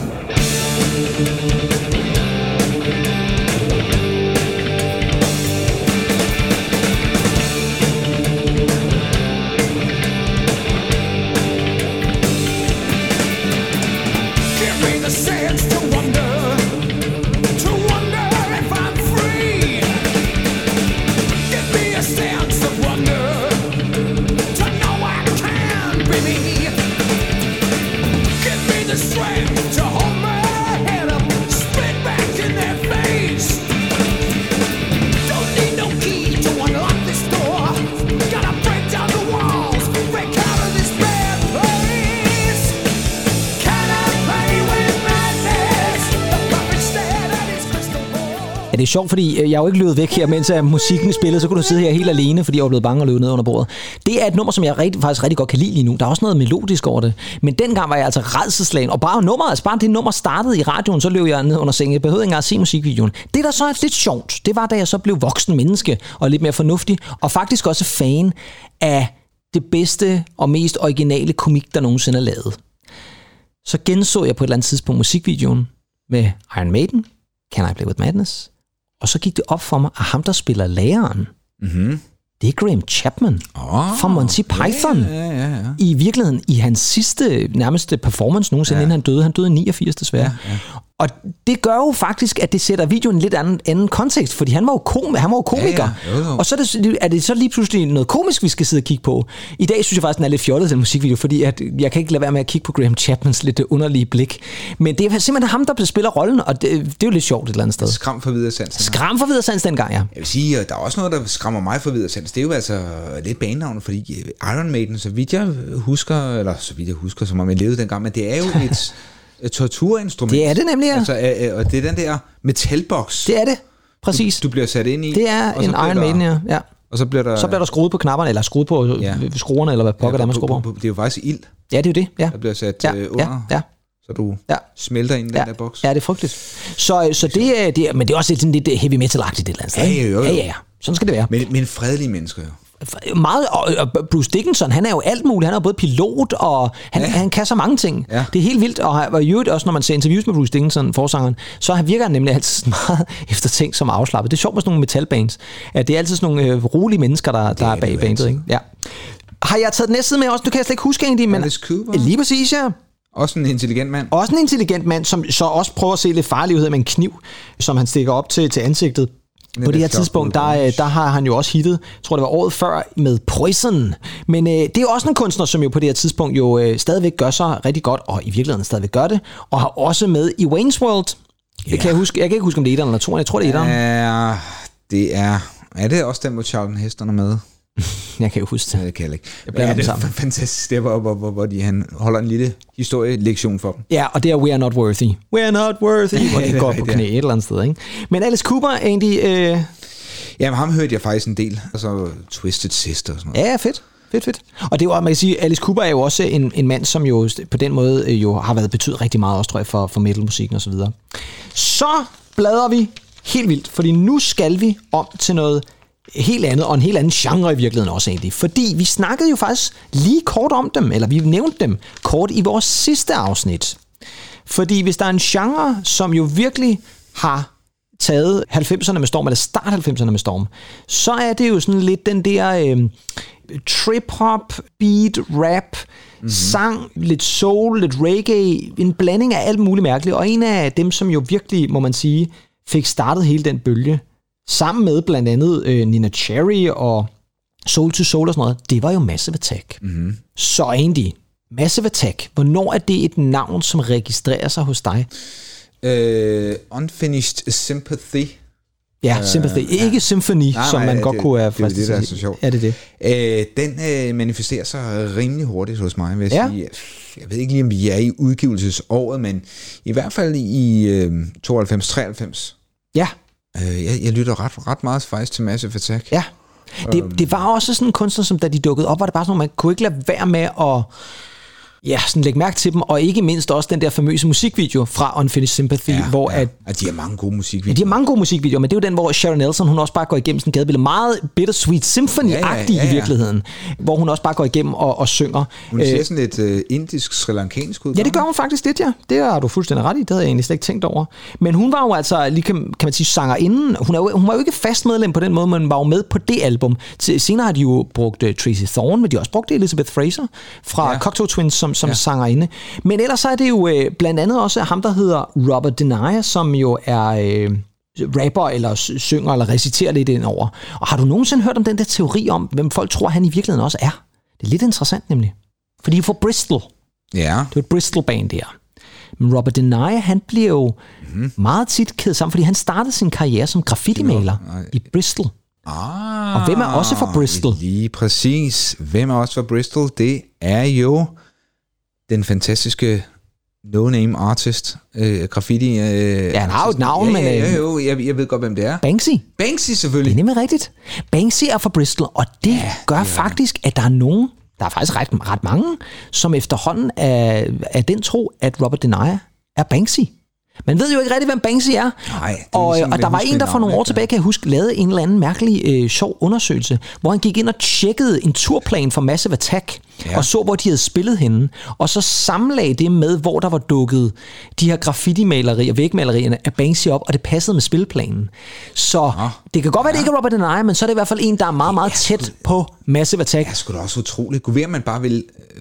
Det er sjovt, fordi jeg er jo ikke løbet væk her, mens musikken spillede, så kunne du sidde her helt alene, fordi jeg var blevet bange og løbe ned under bordet. Det er et nummer, som jeg faktisk rigtig godt kan lide lige nu. Der er også noget melodisk over det. Men dengang var jeg altså rædselsslagen, og bare det nummer startede i radioen, så løb jeg ned under sengen. Jeg behøvede ikke engang at se musikvideoen. Det, der så er lidt sjovt, det var, da jeg så blev voksen menneske og lidt mere fornuftig, og faktisk også fan af det bedste og mest originale komik, der nogensinde er lavet. så genså jeg på et eller andet tidspunkt musikvideoen med Iron Maiden, Can I Play With Madness, og så gik det op for mig, at ham, der spiller læreren, det er Graham Chapman fra Monty Python. Ja. I virkeligheden, i hans sidste nærmeste performance nogensinde, inden han døde. Han døde i 89 desværre. Ja. Og det gør jo faktisk, at det sætter videoen i en lidt anden kontekst, fordi han var jo komiker. Ja. Og så er det så lige pludselig noget komisk, vi skal sidde og kigge på. I dag synes jeg faktisk, den er lidt fjollet, den musikvideo, fordi at jeg kan ikke lade være med at kigge på Graham Chapmans lidt underlige blik. Men det er simpelthen ham, der spiller rollen, og det er jo lidt sjovt et eller andet sted. Skram for videresansen. Skram for videresansen dengang, ja. Jeg vil sige, at der er også noget, der skræmmer mig for videresansen. Det er jo altså lidt banenavnet, fordi Iron Maiden, så vidt jeg husker, som om jeg levede dengang, men det er jo et torturinstrument. Det er det nemlig, ja. Altså, og det er den der metalbox. Det er det, præcis. Du bliver sat ind i. Det er en Iron Maiden, ja. Og så bliver der skruet på knapperne, eller skruet på skruerne, eller hvad pokker der man skruer på. Det er jo faktisk ild. Ja, det er jo det, ja. Der bliver sat under. Ja. Så du smelter ind i den der boks. Ja, det er frygteligt. Så det er, men det er også sådan lidt heavy metal-agtigt et eller andet sted. Ja. Sådan skal det være. Men fredelige mennesker jo. Meget, og Bruce Dickinson, han er jo alt muligt. Han er jo både pilot, og han kan så mange ting. Ja. Det er helt vildt, og i øvrigt også, når man ser interviews med Bruce Dickinson, forsangeren, så virker han nemlig altid meget eftertænkt som afslappet. Det er sjovt med sådan nogle metalbands, at det er altid sådan nogle rolige mennesker, der er bag bandet. Ikke? Ja. Har jeg taget den næste side med også? Du kan jeg slet ikke huske egentlig, men lige præcis, ja. Også en intelligent mand. Som så også prøver at se lidt farlig ud med en kniv, som han stikker op til ansigtet. På det her tidspunkt, der har han jo også hittet, jeg tror det var året før, med Poison. Men det er jo også en kunstner, som jo på det her tidspunkt jo stadigvæk gør sig rigtig godt, og i virkeligheden stadigvæk gør det, og har også med i Wayne's World. Jeg kan ikke huske, om det er 1'eren eller 2'eren. Jeg tror, det er 1'eren. Ja, det er... Er det også den, hvor Charlton Heston er med? Jeg kan jo huske det. Det kan jeg ikke. Det er fantastisk, det hvor han holder en lille historielektion for dem. Ja, og det er We Are Not Worthy. We Are Not Worthy, hvor det går på knæ et eller andet sted. Ikke? Men Alice Cooper egentlig... Jamen, ham hørte jeg faktisk en del. Altså Twisted Sister og sådan noget. Ja, fedt. Og det er jo, man kan sige, Alice Cooper er jo også en mand, som jo på den måde jo har været betydet rigtig meget også, tror jeg, for metalmusikken og så videre. Så bladrer vi helt vildt, fordi nu skal vi om til noget helt andet, og en helt anden genre i virkeligheden også egentlig. Fordi vi snakkede jo faktisk lige kort om dem, eller vi nævnte dem kort i vores sidste afsnit. Fordi hvis der er en genre, som jo virkelig har taget 90'erne med storm, eller start 90'erne med storm, så er det jo sådan lidt den der trip-hop, beat, rap, sang, lidt soul, lidt reggae, en blanding af alt muligt mærkeligt. Og en af dem, som jo virkelig, må man sige, fik startet hele den bølge, sammen med blandt andet Nina Cherry og Soul to Soul og sådan noget, det var jo Massive Attack. Så egentlig, Massive Attack, hvornår er det et navn, som registrerer sig hos dig? Unfinished Sympathy. Ja, Sympathy. Ikke Symphony, som man godt kunne have fristet. Det er det, der er så sjovt. Er det det? Den manifesterer sig rimelig hurtigt hos mig, vil jeg sige. Jeg ved ikke lige, om vi er i udgivelsesåret, men i hvert fald i 92-93. Ja. Jeg lytter ret meget faktisk til Massive Attack. Ja. Det var også sådan en kunstner, som da de dukkede op, var det bare sådan, man kunne ikke lade være med at sådan lægge mærke til dem, og ikke mindst også den der famøse musikvideo fra Unfinished Sympathy, hvor de har mange gode musikvideoer. De har mange gode musikvideoer, men det er jo den, hvor Sharon Nelson, hun også bare går igennem sådan en gadebillede, meget Bittersweet Symphony-agtig i virkeligheden, hvor hun også bare går igennem og synger. Hun ser sådan lidt indisk, sri-lankansk ud. Ja, det gør hun faktisk lidt, ja. Det har du fuldstændig ret i, det havde jeg egentlig slet ikke tænkt over. Men hun var jo altså, lige kan man sige, sangerinden. Hun var jo ikke fast medlem på den måde, men var jo med på det album. Senere har de jo brugt Tracy Thorn, men de har også brugt Elizabeth Fraser fra Cocteau Twins som sangerinde. Men ellers så er det jo blandt andet også ham, der hedder Robert Denier, som jo er rapper, eller synger, eller reciterer lidt indover. Og har du nogensinde hørt om den der teori om, hvem folk tror, han i virkeligheden også er? Det er lidt interessant nemlig. Fordi de er fra Bristol. Ja. Det er jo et Bristol-band der. Men Robert Denier, han bliver jo meget tit kædet sammen, fordi han startede sin karriere som graffiti-maler i Bristol. Og hvem er også fra Bristol? Lige præcis. Hvem er også fra Bristol? Det er jo den fantastiske no-name artist, graffiti. Han har jo et navn, men... Jeg ved godt, hvem det er. Banksy, selvfølgelig. Det er nemlig rigtigt. Banksy er fra Bristol, og det gør faktisk, at der er nogen, der er faktisk ret mange, som efterhånden er den tro, at Robert Denier er Banksy. Man ved jo ikke rigtig, hvem Banksy er. Nej, og der var en, der for nogle år tilbage, kan jeg huske, lavede en eller anden mærkelig sjov undersøgelse, hvor han gik ind og tjekkede en turplan for Massive Attack, og så, hvor de havde spillet henne. Og så sammenlagde det med, hvor der var dukket de her graffiti-malerier, vægmalerierne af Banksy op, og det passede med spilplanen. Så det kan godt være, det ikke er Robert Denyer, men så er det i hvert fald en, der er meget, meget tæt på Massive Attack. Det er sgu da også utroligt. Kunne være, at man bare vil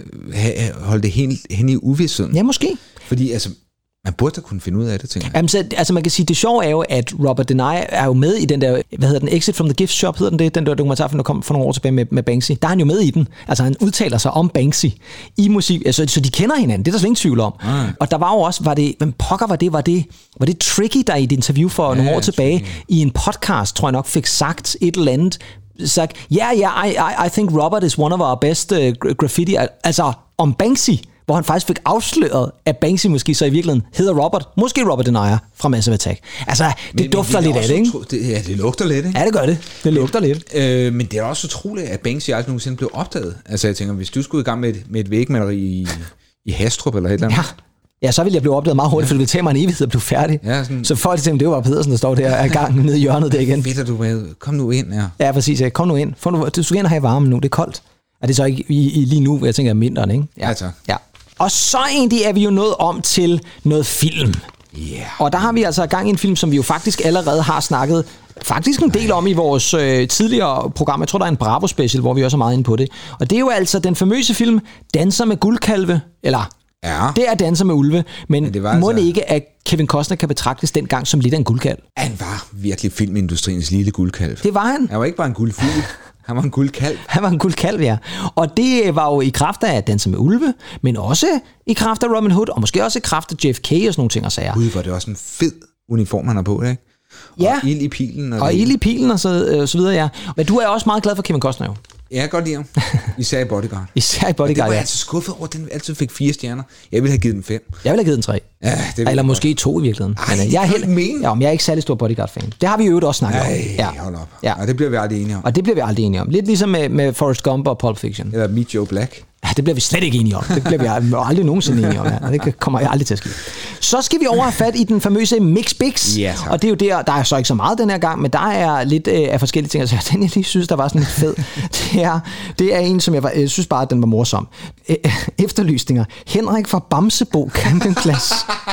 holde det hen i uvidstheden. Ja, måske. Fordi altså, man burde da kunne finde ud af det, tænker jeg. Jamen, så, altså man kan sige, det sjove er jo, at Robert Denyer er jo med i den der, hvad hedder den, Exit from the Gift Shop, hedder den det, den der dokumentarfilm, der kom for nogle år tilbage med Banksy. Der er han jo med i den. Altså han udtaler sig om Banksy i musik, altså, så de kender hinanden, det er der slet ingen tvivl om. Og der var jo også, hvem pokker var det Tricky, der i et interview for nogle år tilbage, i en podcast, tror jeg nok, fik sagt et eller andet, sagt, I think Robert is one of our best graffiti, altså om Banksy, hvor han faktisk fik afsløret, at Banksy måske så i virkeligheden hedder Robert, måske Robert Denyer fra Massive Attack. Altså, det dufter lidt af det, ikke? Ja, det lugter lidt, ikke? Ja, det gør det. Det lugter lidt. Men det er også utroligt, at Banksy aldrig nogensinde blev opdaget. Altså, jeg tænker, hvis du skulle i gang med et vægmaleri i Hastrup eller et eller andet. Ja, så ville jeg blive opdaget meget hurtigt, for det ville tage mig en evighed at blive færdig. Ja, sådan... Så folk tænkte, det var Pedersen, der står der af gangen nede i hjørnet der igen. Fedt, du med. Kom nu ind, Ja, præcis. Ja. Kom nu ind. Du skal ind og have varme nu. Det er koldt. Er det så ikke lige nu, jeg tænker, mindre, ikke? Ja, tak. Ja. Og så egentlig er vi jo nået om til noget film. Og der har vi altså gang i en film, som vi jo faktisk allerede har snakket faktisk en del om i vores tidligere program. Jeg tror, der er en Bravo special, hvor vi også er meget inde på det. Og det er jo altså den famøse film Danser med guldkalve, eller det er Danser med ulve, men må det ikke, at Kevin Costner kan betragtes dengang som lidt af en guldkalv? Han var virkelig filmindustriens lille guldkalv. Det var han. Han var ikke bare en guldfugl. Han var en guldkalv. Han var en guldkalv, ja. Og det var jo i kraft af Danser med ulve, men også i kraft af Robin Hood, og måske også i kraft af JFK og sådan nogle ting og sager. Gud, var det også en fed uniform, han har på, ikke? Ja. Og ild i pilen. Og ild i pilen og så videre, ja. Men du er også meget glad for Kevin Costner, jo. Ja, jeg kan godt lide ham. Især i Bodyguard. Især i Bodyguard, ja. Det var jeg altså skuffet over, at den altid fik 4 stjerner. Jeg ville have givet den 5. Jeg ville have givet den 3. Ja, det eller måske 2 i virkeligheden. Ej, men jeg er ikke særlig stor Bodyguard-fan. Det har vi jo også snakket om. Ja, hold op. Ja. Og det bliver vi aldrig enige om. Og det bliver vi aldrig enige om. Lidt ligesom med Forrest Gump og Pulp Fiction. Eller Meet Joe Black. Ja, det bliver vi slet ikke enige om. Det bliver vi aldrig nogensinde enige om. Ja. Det kommer jeg aldrig til at ske. Så skal vi over have fat i den famøse Mix Bix. Ja, og det er jo der er så ikke så meget den her gang, men der er lidt af forskellige ting. Altså, den jeg lige synes, der var sådan lidt fed. Det er en, som jeg synes bare, at den var morsom. Efterlysninger. Henrik fra Bamsebo Campingplads.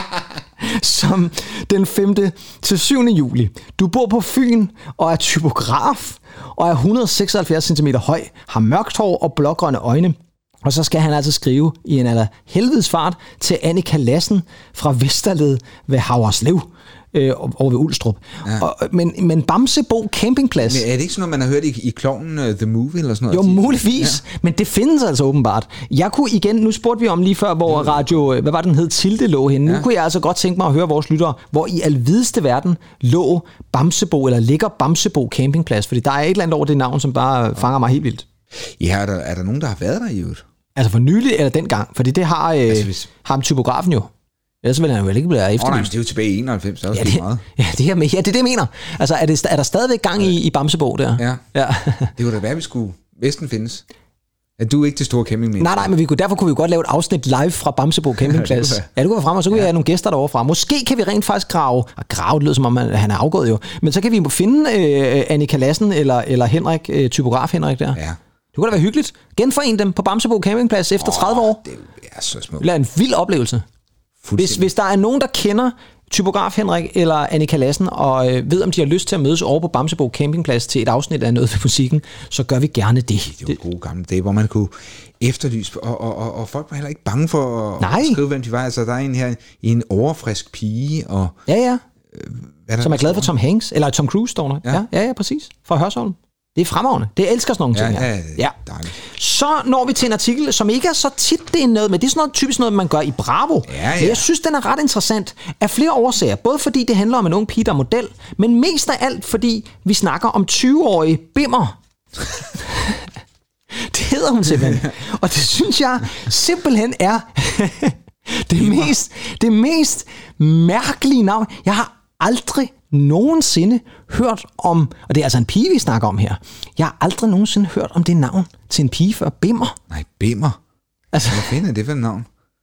Som den 5. til 7. juli. Du bor på Fyn og er typograf og er 176 cm høj, har mørkt hår og blågrønne øjne. Og så skal han altså skrive i en aller helvedes fart til Annika Lassen fra Vesterled ved Haverslev over ved Ulstrup. Ja. Men Bamsebo Campingplads... Men er det ikke sådan noget, man har hørt i Klovnen The Movie eller sådan noget? Jo, muligvis. Ja. Men det findes altså åbenbart. Jeg kunne igen... Nu spurgte vi om lige før, hvor radio... Hvad var den hed? Tilde lå henne. Ja. Nu kunne jeg altså godt tænke mig at høre vores lyttere, hvor i alvideste verden lå Bamsebo, eller ligger Bamsebo Campingplads. Fordi der er et eller andet over det navn, som bare fanger mig helt vildt. Ja, er der nogen, der har været der i øvrigt? Altså for nylig eller dengang? Fordi det har ham typografen jo. Ellers vil han jo ikke blive efterlyst. Nej, det er jo tilbage i 91, det er også meget. Ja, det er det, jeg mener. Altså, er der stadigvæk gang i Bamsebo der? Ja. Det kunne da være, vi skulle... Hvis den findes. Er du ikke det store campingmenneske? Nej, men derfor kunne vi godt lave et afsnit live fra Bamsebo Campingplads. Ja, det kunne være frem, og så kunne vi have nogle gæster derovre fra. Måske kan vi rent faktisk grave, det lyder som om han er afgået jo, men så kan vi finde Annika Lassen eller Henrik, typograf Henrik der. Ja. Det kunne da være hyggeligt. Genforene dem på Bamsebo Campingplads efter 30 år. Det er så smukt. Det er en vild oplevelse. Hvis der er nogen, der kender typograf Henrik eller Annika Lassen, og ved, om de har lyst til at mødes over på Bamsebo Campingplads til et afsnit af Noget ved musikken, så gør vi gerne det. Det var gode gamle dage, hvor man kunne efterlyse, og folk var heller ikke bange for at skrive, hvem de var. Altså, der er en her, en overfrisk pige, og... Ja. Som er glad for Tom Hanks, eller Tom Cruise, står der. Ja, præcis. Fra Hørsholm. Det er fremragende. Det elsker sådan nogle ting her. Ja, dejligt. Så når vi til en artikel, som ikke er så tit det er noget, men det er sådan noget typisk noget, man gør i Bravo. Ja. Men jeg synes, den er ret interessant af flere årsager. Både fordi det handler om en ung pige, der er model, men mest af alt fordi vi snakker om 20-årige bimmer. Det hedder hun simpelthen. Og det synes jeg simpelthen er det mest mærkelige navn. Jeg har aldrig nogensinde hørt om, og det er altså en pige, vi snakker om her. Jeg har aldrig nogensinde hørt om det navn til en pige før. Bimmer. Nej, Bimmer. Altså, hvad fanden er det for et navn?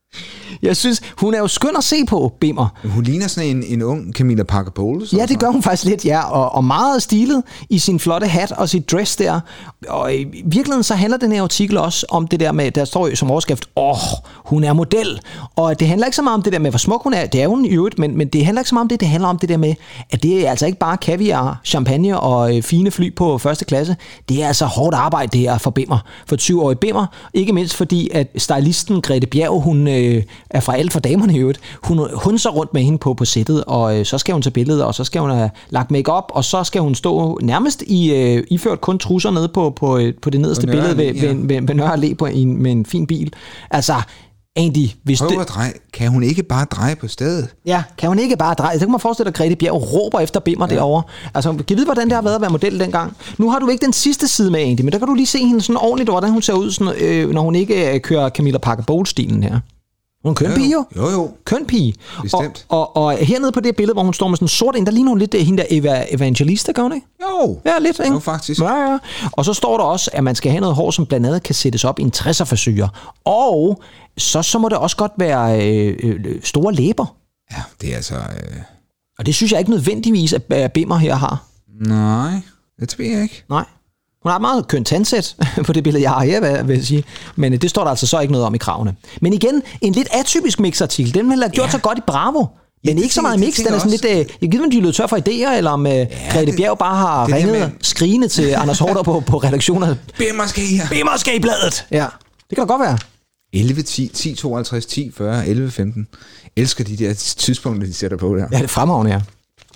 Jeg synes, hun er jo skøn at se på, Bimmer. Hun ligner sådan en ung Camilla Parker Bowles. Ja, det gør hun faktisk lidt, ja. Og meget stilet i sin flotte hat og sit dress der. Og i virkeligheden så handler den her artikel også om det der med, der står jo som overskrift, hun er model. Og det handler ikke så meget om det der med, hvor smuk hun er. Det er hun i øvrigt, men det handler ikke så meget om det. Det handler om det der med, at det er altså ikke bare kaviar, champagne og fine fly på første klasse. Det er altså hårdt arbejde, det er for Bimmer. For 20-årige Bimmer. Ikke mindst fordi, at stylisten Grete Bjerg, hun er fra alt for damerne i øvrigt. Hun så rundt med hende på sættet, og så skal hun tage billedet, og så skal hun have lagt make-up, og så skal hun stå nærmest iført kun trusser nede på det nederste billede ved Nørre Allé med en fin bil. Altså, egentlig... Kan hun ikke bare dreje på stedet? Ja, kan hun ikke bare dreje? Så kan man forestille dig, at Grete Bjerg råber efter Bimmer derovre. Altså, kan vide, hvordan det har været at være model dengang? Nu har du ikke den sidste side med, egentlig, men der kan du lige se hende sådan ordentligt, hvordan hun ser ud, sådan, når hun ikke kører Camilla Parker Bowles-stilen her. Hun er køn pige, jo. Jo. Køn pige. Bestemt. Og hernede på det billede, hvor hun står med sådan en sort en, der ligner hun lidt hende der Evangelista, gør hun ikke? Jo. Ja, lidt, ikke? Jo, faktisk. Ja. Og så står der også, at man skal have noget hår, som blandt andet kan sættes op i en 60'er-frisyre. Og så må det også godt være store læber. Ja, det er altså... Og det synes jeg ikke nødvendigvis, at Bimmer her har. Nej, det ved jeg ikke. Nej. Hun har et meget kønt tandsæt på det billede, jeg har her, vil jeg sige. Men det står der altså så ikke noget om i kravene. Men igen, en lidt atypisk mixartikel. Den ville have gjort så godt i Bravo. Men ikke så meget mix. Den er sådan lidt... Jeg gider, om de lød tør for idéer, eller om Grete Bjerg bare har ringet skrigende til Anders Hårder på redaktionen. Bimmer skal i bladet! Ja, det kan da godt være. 11, 10, 10, 52, 10, 40, 11, 15. Elsker de der tidspunkter, de sætter på der. Ja, det er fremragende, ja.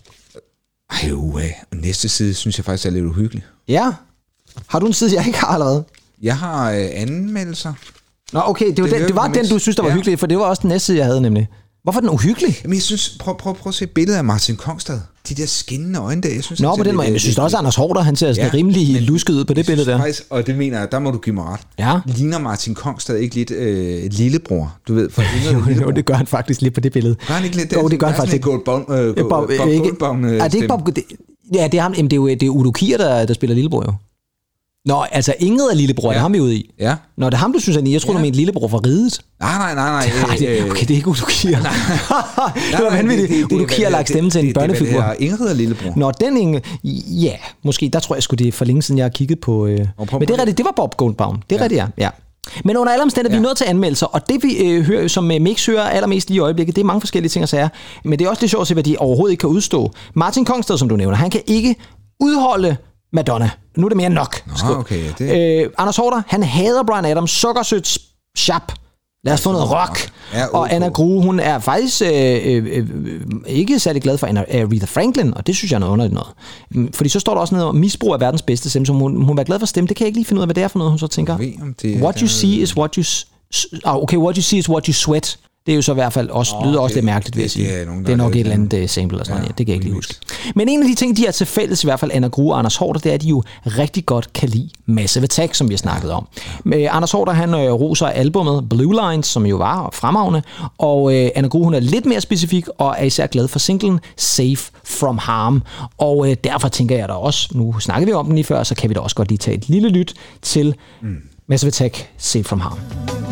Og næste side synes jeg faktisk er lidt uhyggelig. Ja. Har du en side, jeg ikke har allerede? Jeg har anmeldelser. Nå, okay, det var den, du synes, der var hyggelig, for det var også den næste side, jeg havde nemlig. Hvorfor er den uhyggelig? Jamen, jeg synes, prøv at se billedet af Martin Kongstad. De der skinnende øjne der, jeg synes... Nå, på den måde. Jeg synes også, Anders Hårder, han ser sådan rimelig lusket ud på det billede der. Faktisk, og det mener jeg, der må du give mig ret. Ja. Ligner Martin Kongstad ikke lidt lillebror? Du ved, for jo, det gør han faktisk lidt på det billede. Gør han ikke lidt? Jo, det gør han faktisk ikke. Ja, det er ham. Det er Udo Kier, der spiller lillebror jo. Nå, altså Ingrid er lillebror, det er ham vi ude i. Ja. Nå, det er ham, du synes, at jeg tror, du mente lillebror fra Riget. Nej. Okay, det er ikke Udo Kier. Det var vanvittigt. Udo Kier har lagt stemme til en børnefigur. Det er Ingrid er lillebror. Nå, den Ingrid... Ja, måske. Der tror jeg sgu, det er for længe siden, jeg har kigget på... Men det er rigtigt, det var Bob Goldbaum. Det er rigtigt, ja. Men under alle omstændigheder, vi er nødt til anmeldelser, og det vi hører, som Mix hører allermest lige i øjeblikket, det er mange forskellige ting at sige. Men det er også lidt sjovt at se, hvad de overhovedet ikke kan udstå. Martin Kongstad, som du nævner, han kan ikke udholde Madonna. Nu er det mere end nok. Okay, det... Anders Hårder, han hader Bryan Adams, sukkersødt chap. Lad os få noget rock. Ja, okay. Og Anna Grue, hun er faktisk ikke særlig glad for Aretha Franklin, og det synes jeg er noget underligt noget. Fordi så står der også noget om misbrug af verdens bedste stemme, som hun er glad for stemme. Det kan jeg ikke lige finde ud af, hvad det er for noget, hun så tænker. What you see is what you... Okay, what you see is what you sweat. Det er jo så i hvert fald også, lyder også lidt mærkeligt, vil jeg sige. Det er nok et eller andet sample eller sådan noget. Det kan jeg ikke lige huske. Men en af de ting, de er til fælles, i hvert fald Anna Grue og Anders Hårder, det er, at de jo rigtig godt kan lide Massive Attack, som vi har snakket om. Anders Hårder, han roser albumet Blue Lines, som jo var fremragende, og Anna Grue, hun er lidt mere specifik, og er især glad for singlen Safe From Harm. Og derfor tænker jeg da også, nu snakkede vi om den lige før, så kan vi da også godt lige tage et lille lyt til Massive Attack Safe From Harm.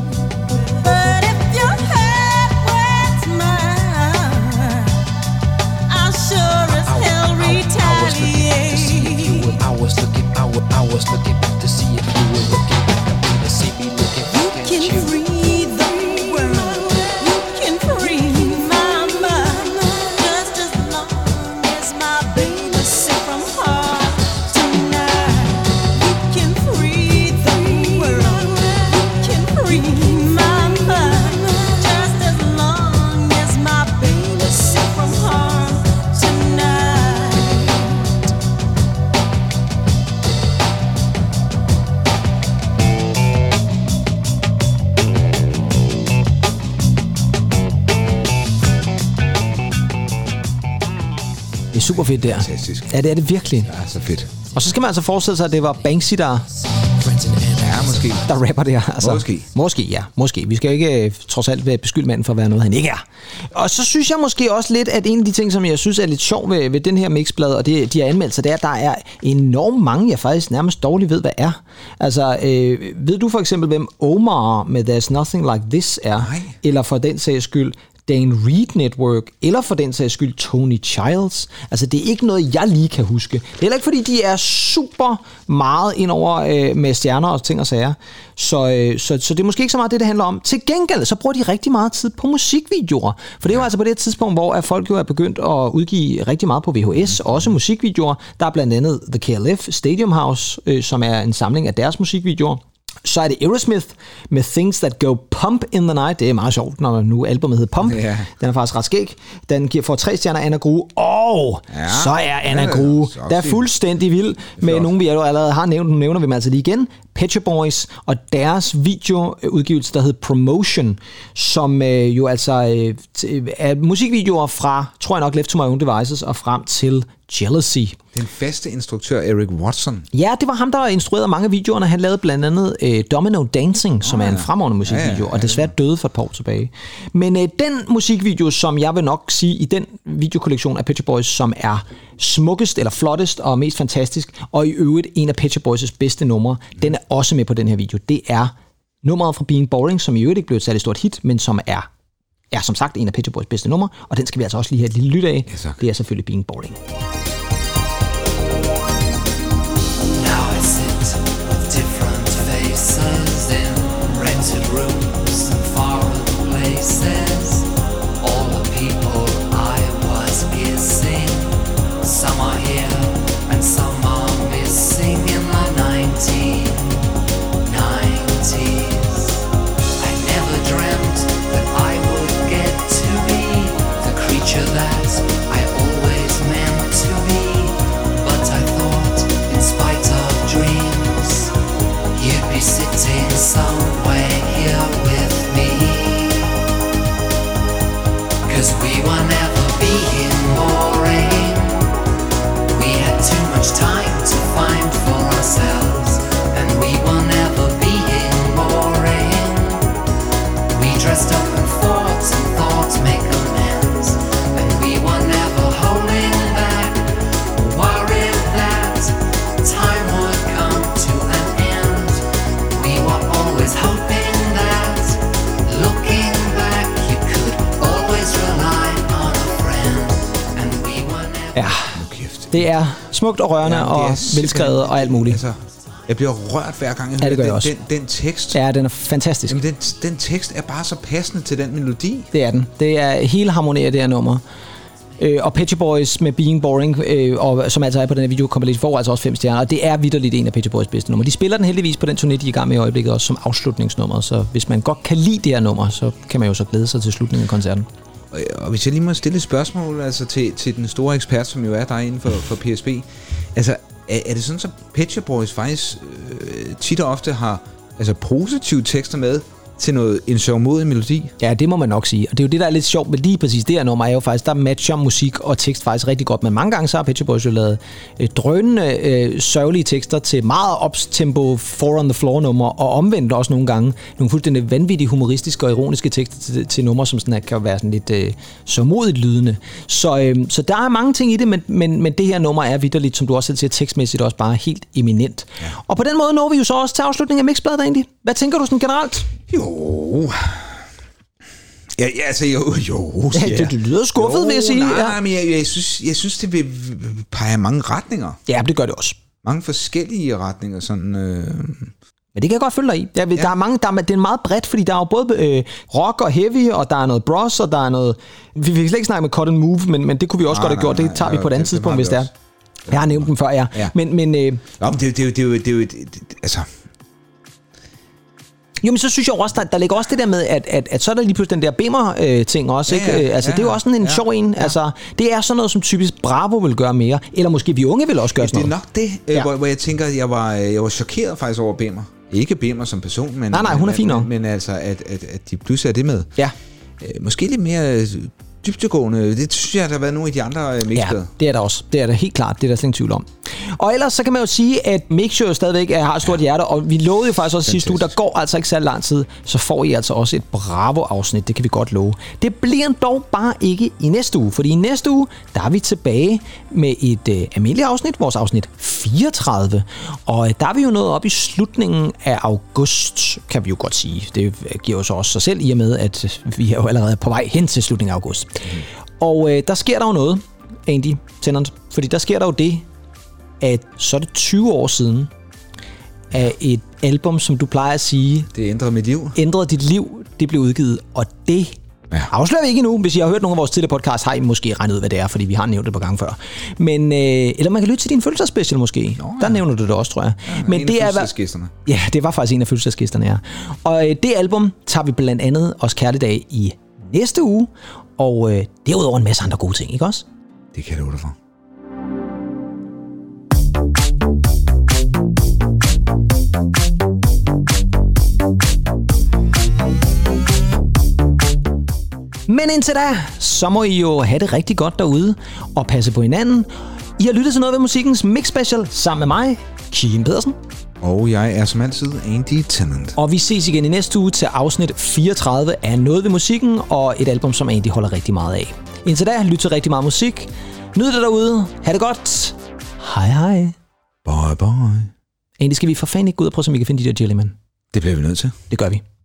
I was looking to see if you were looking at me to see me looking back at you. You can free the world, you can free my mind, just as long as my baby safe from harm tonight. You can free the world, you can free my mind, just as long as my baby safe from harm tonight. Det er super fedt der. Fantastisk. Ja, det er det virkelig. Ja, så fedt. Og så skal man altså forestille sig, at det var Banksy, der... Ja, måske. Måske. der rapper der. Altså, Måske. Måske. Vi skal jo ikke trods alt beskylde manden for at være noget, han ikke er. Og så synes jeg måske også lidt, at en af de ting, som jeg synes er lidt sjov ved den her mixblad, og de her anmeldelser, det er, at der er enormt mange, jeg faktisk nærmest dårligt ved, hvad er. Altså, ved du for eksempel, hvem Omar med There's Nothing Like This er? Nej. Eller for den sags skyld, Dan Reed Network, eller for den sags skyld Tony Childs. Altså, det er ikke noget, jeg lige kan huske. Det er heller ikke, fordi de er super meget ind over med stjerner og ting og sager. Så det er måske ikke så meget det handler om. Til gengæld, så bruger de rigtig meget tid på musikvideoer. For det er jo altså på det tidspunkt, hvor folk jo er begyndt at udgive rigtig meget på VHS, også musikvideoer. Der er blandt andet The KLF Stadium House, som er en samling af deres musikvideoer. Så er det Aerosmith med Things That Go Pump in the Night. Det er meget sjovt, når nu albumet hedder Pump. Yeah. Den er faktisk ret skæg. Den får 3 stjerner af Anna Grue. Så er Anna Grue der er fuldstændig vild med nogle, vi allerede har nævnt. Nu nævner vi dem altså lige igen. Pet Shop Boys og deres videoudgivelse, der hedder Promotion, som jo altså er musikvideoer fra, tror jeg nok, Left to My Own Devices og frem til Jealousy. Den faste instruktør, Eric Watson. Ja, det var ham, der instruerede mange af videoerne. Han lavede blandt andet Domino Dancing, som er en fremragende musikvideo, og desværre døde for et par år tilbage. Men den musikvideo, som jeg vil nok sige i den videokollektion af Pet Shop Boys, som er smukkest eller flottest og mest fantastisk, og i øvrigt en af Pet Shop Boys' bedste numre, den er også med på den her video. Det er nummeret fra Being Boring, som i øvrigt ikke blev et særligt stort hit, men som er som sagt en af Pet Shop Boys' bedste numre, og den skal vi altså også lige have et lille lyt af. Ja, det er selvfølgelig Being Boring. Now I sit with different faces in rented rooms and foreign places. All the people I was kissing, some are here and some are missing in the 1990s. I never dreamt that I would get to be the creature that I always meant to be. But I thought, in spite of dreams, you'd be sitting somewhere here with me. 'Cause we were never being boring. We had too much time to find for ourselves, and we were never being boring. We dressed up and thought make amends, and we were never holding back, worried that time would come to an end. We were always hoping that, looking back, you could always rely on a friend, and we were never... Ja, det er smukt og rørende og velskrevet og alt muligt. Altså, jeg bliver rørt hver gang jeg hører den tekst. Ja, den er fantastisk. Jamen, den tekst er bare så passende til den melodi. Det er den. Det er hele harmonerer det her nummer. Og Pet Shop Boys med Being Boring, og som altså er på den her video, kommer lidt for, altså også 5 stjerner. Og det er vitterligt en af Pet Shop Boys bedste numre. De spiller den heldigvis på den turné, de er i gang med i øjeblikket, også som afslutningsnummer. Så hvis man godt kan lide det her nummer, så kan man jo så glæde sig til slutningen af koncerten. Og hvis jeg lige må stille et spørgsmål altså til den store ekspert, som jo er der inden for PSP. Altså, er det sådan, så Pet Shop Boys faktisk tit og ofte har altså positive tekster med til en sørgmodig melodi? Ja, det må man nok sige. Og det er jo det, der er lidt sjovt med lige præcis det her nummer, er jo faktisk, der matcher musik og tekst faktisk rigtig godt. Men mange gange så har Pet Shop Boys jo lavet drønende, sørgelige tekster til meget optempo, four on the floor nummer, og omvendt også nogle gange nogle fuldstændig vanvittige humoristiske og ironiske tekster til numre, som sådan kan være sådan lidt sørgmodigt lydende. Så der er mange ting i det, men det her nummer er vitterligt, som du også selv siger, tekstmæssigt også bare helt eminent. Ja. Og på den måde når vi jo så også til afslutningen af mixbladet egentlig. Hvad tænker du sådan generelt? Jo. Ja, altså jo. Ja, du lyder skuffet, vil jeg sige. Nej, men jeg synes, det vil pege mange retninger. Ja, det gør det også. Mange forskellige retninger, sådan... Men det kan jeg godt følge dig i. Der er mange, det er meget bredt, fordi der er jo både rock og heavy, og der er noget bros, og der er noget... Vi fik slet ikke snakke med Cut and Move, men det kunne vi også godt have gjort. Det tager vi på et andet tidspunkt, hvis det er. Jeg har nævnt dem før, ja. Men det er jo altså... Jo, men så synes jeg også, der ligger også det der med, at så er der lige pludselig den der Bemer-ting også, ikke? Altså, det er jo også sådan en sjov en. Altså, det er sådan noget, som typisk Bravo vil gøre mere. Eller måske vi unge vil også gøre sådan noget. Det er nok det, hvor jeg tænker, at jeg var chokeret faktisk over Bemer. Ikke Bemer som person, men... Nej, hun er fin nok. Men altså, at de pludselig er det med. Ja. Måske lidt mere dybdegående. Det synes jeg, der har været nogle af de andre mixplader. Ja, det er der også. Det er der helt klart. Det er der slet ingen tvivl om. Og ellers så kan man jo sige, at Mixshow jo stadigvæk har et stort hjerte, og vi lovede jo faktisk også sidste uge, der går altså ikke så lang tid, så får I altså også et Bravo-afsnit. Det kan vi godt love. Det bliver dog bare ikke i næste uge, fordi i næste uge, der er vi tilbage med et almindeligt afsnit, vores afsnit 34. Og der er vi jo nået op i slutningen af august, kan vi jo godt sige. Det giver jo så også sig selv i og med, at vi er jo allerede på vej hen til slutningen af august. Og der sker der jo noget, Andy Tennant, fordi der sker der jo det, at så er det 20 år siden af et album, som du plejer at sige... Det ændrede mit liv. Ændrede dit liv, det blev udgivet, og det afslører vi ikke endnu. Hvis I har hørt nogle af vores tidligere podcasts, har I måske regnet ud, hvad det er, fordi vi har nævnt det på gang før. Men, eller man kan lytte til din fødselsdagsspecial måske. Der nævner du det også, tror jeg. Ja, men det er ja, det var faktisk en af fødselsdagsgæsterne, ja. Og det album tager vi blandt andet også kærligt af i næste uge, og derudover en masse andre gode ting, ikke også? Det kan jeg love dig for. Men indtil da, så må I jo have det rigtig godt derude og passe på hinanden. I har lyttet til Noget ved Musikkens Mix Special sammen med mig, Kim Pedersen. Og jeg er som altid Andy Tennant. Og vi ses igen i næste uge til afsnit 34 af Noget ved Musikken og et album, som Andy holder rigtig meget af. Indtil da, lyt til rigtig meget musik. Nyd det derude. Ha' det godt. Hej hej. Bye bye. Andy, skal vi for fanden ikke gå ud og prøve, så vi kan finde de der Jellyman? Det bliver vi nødt til. Det gør vi.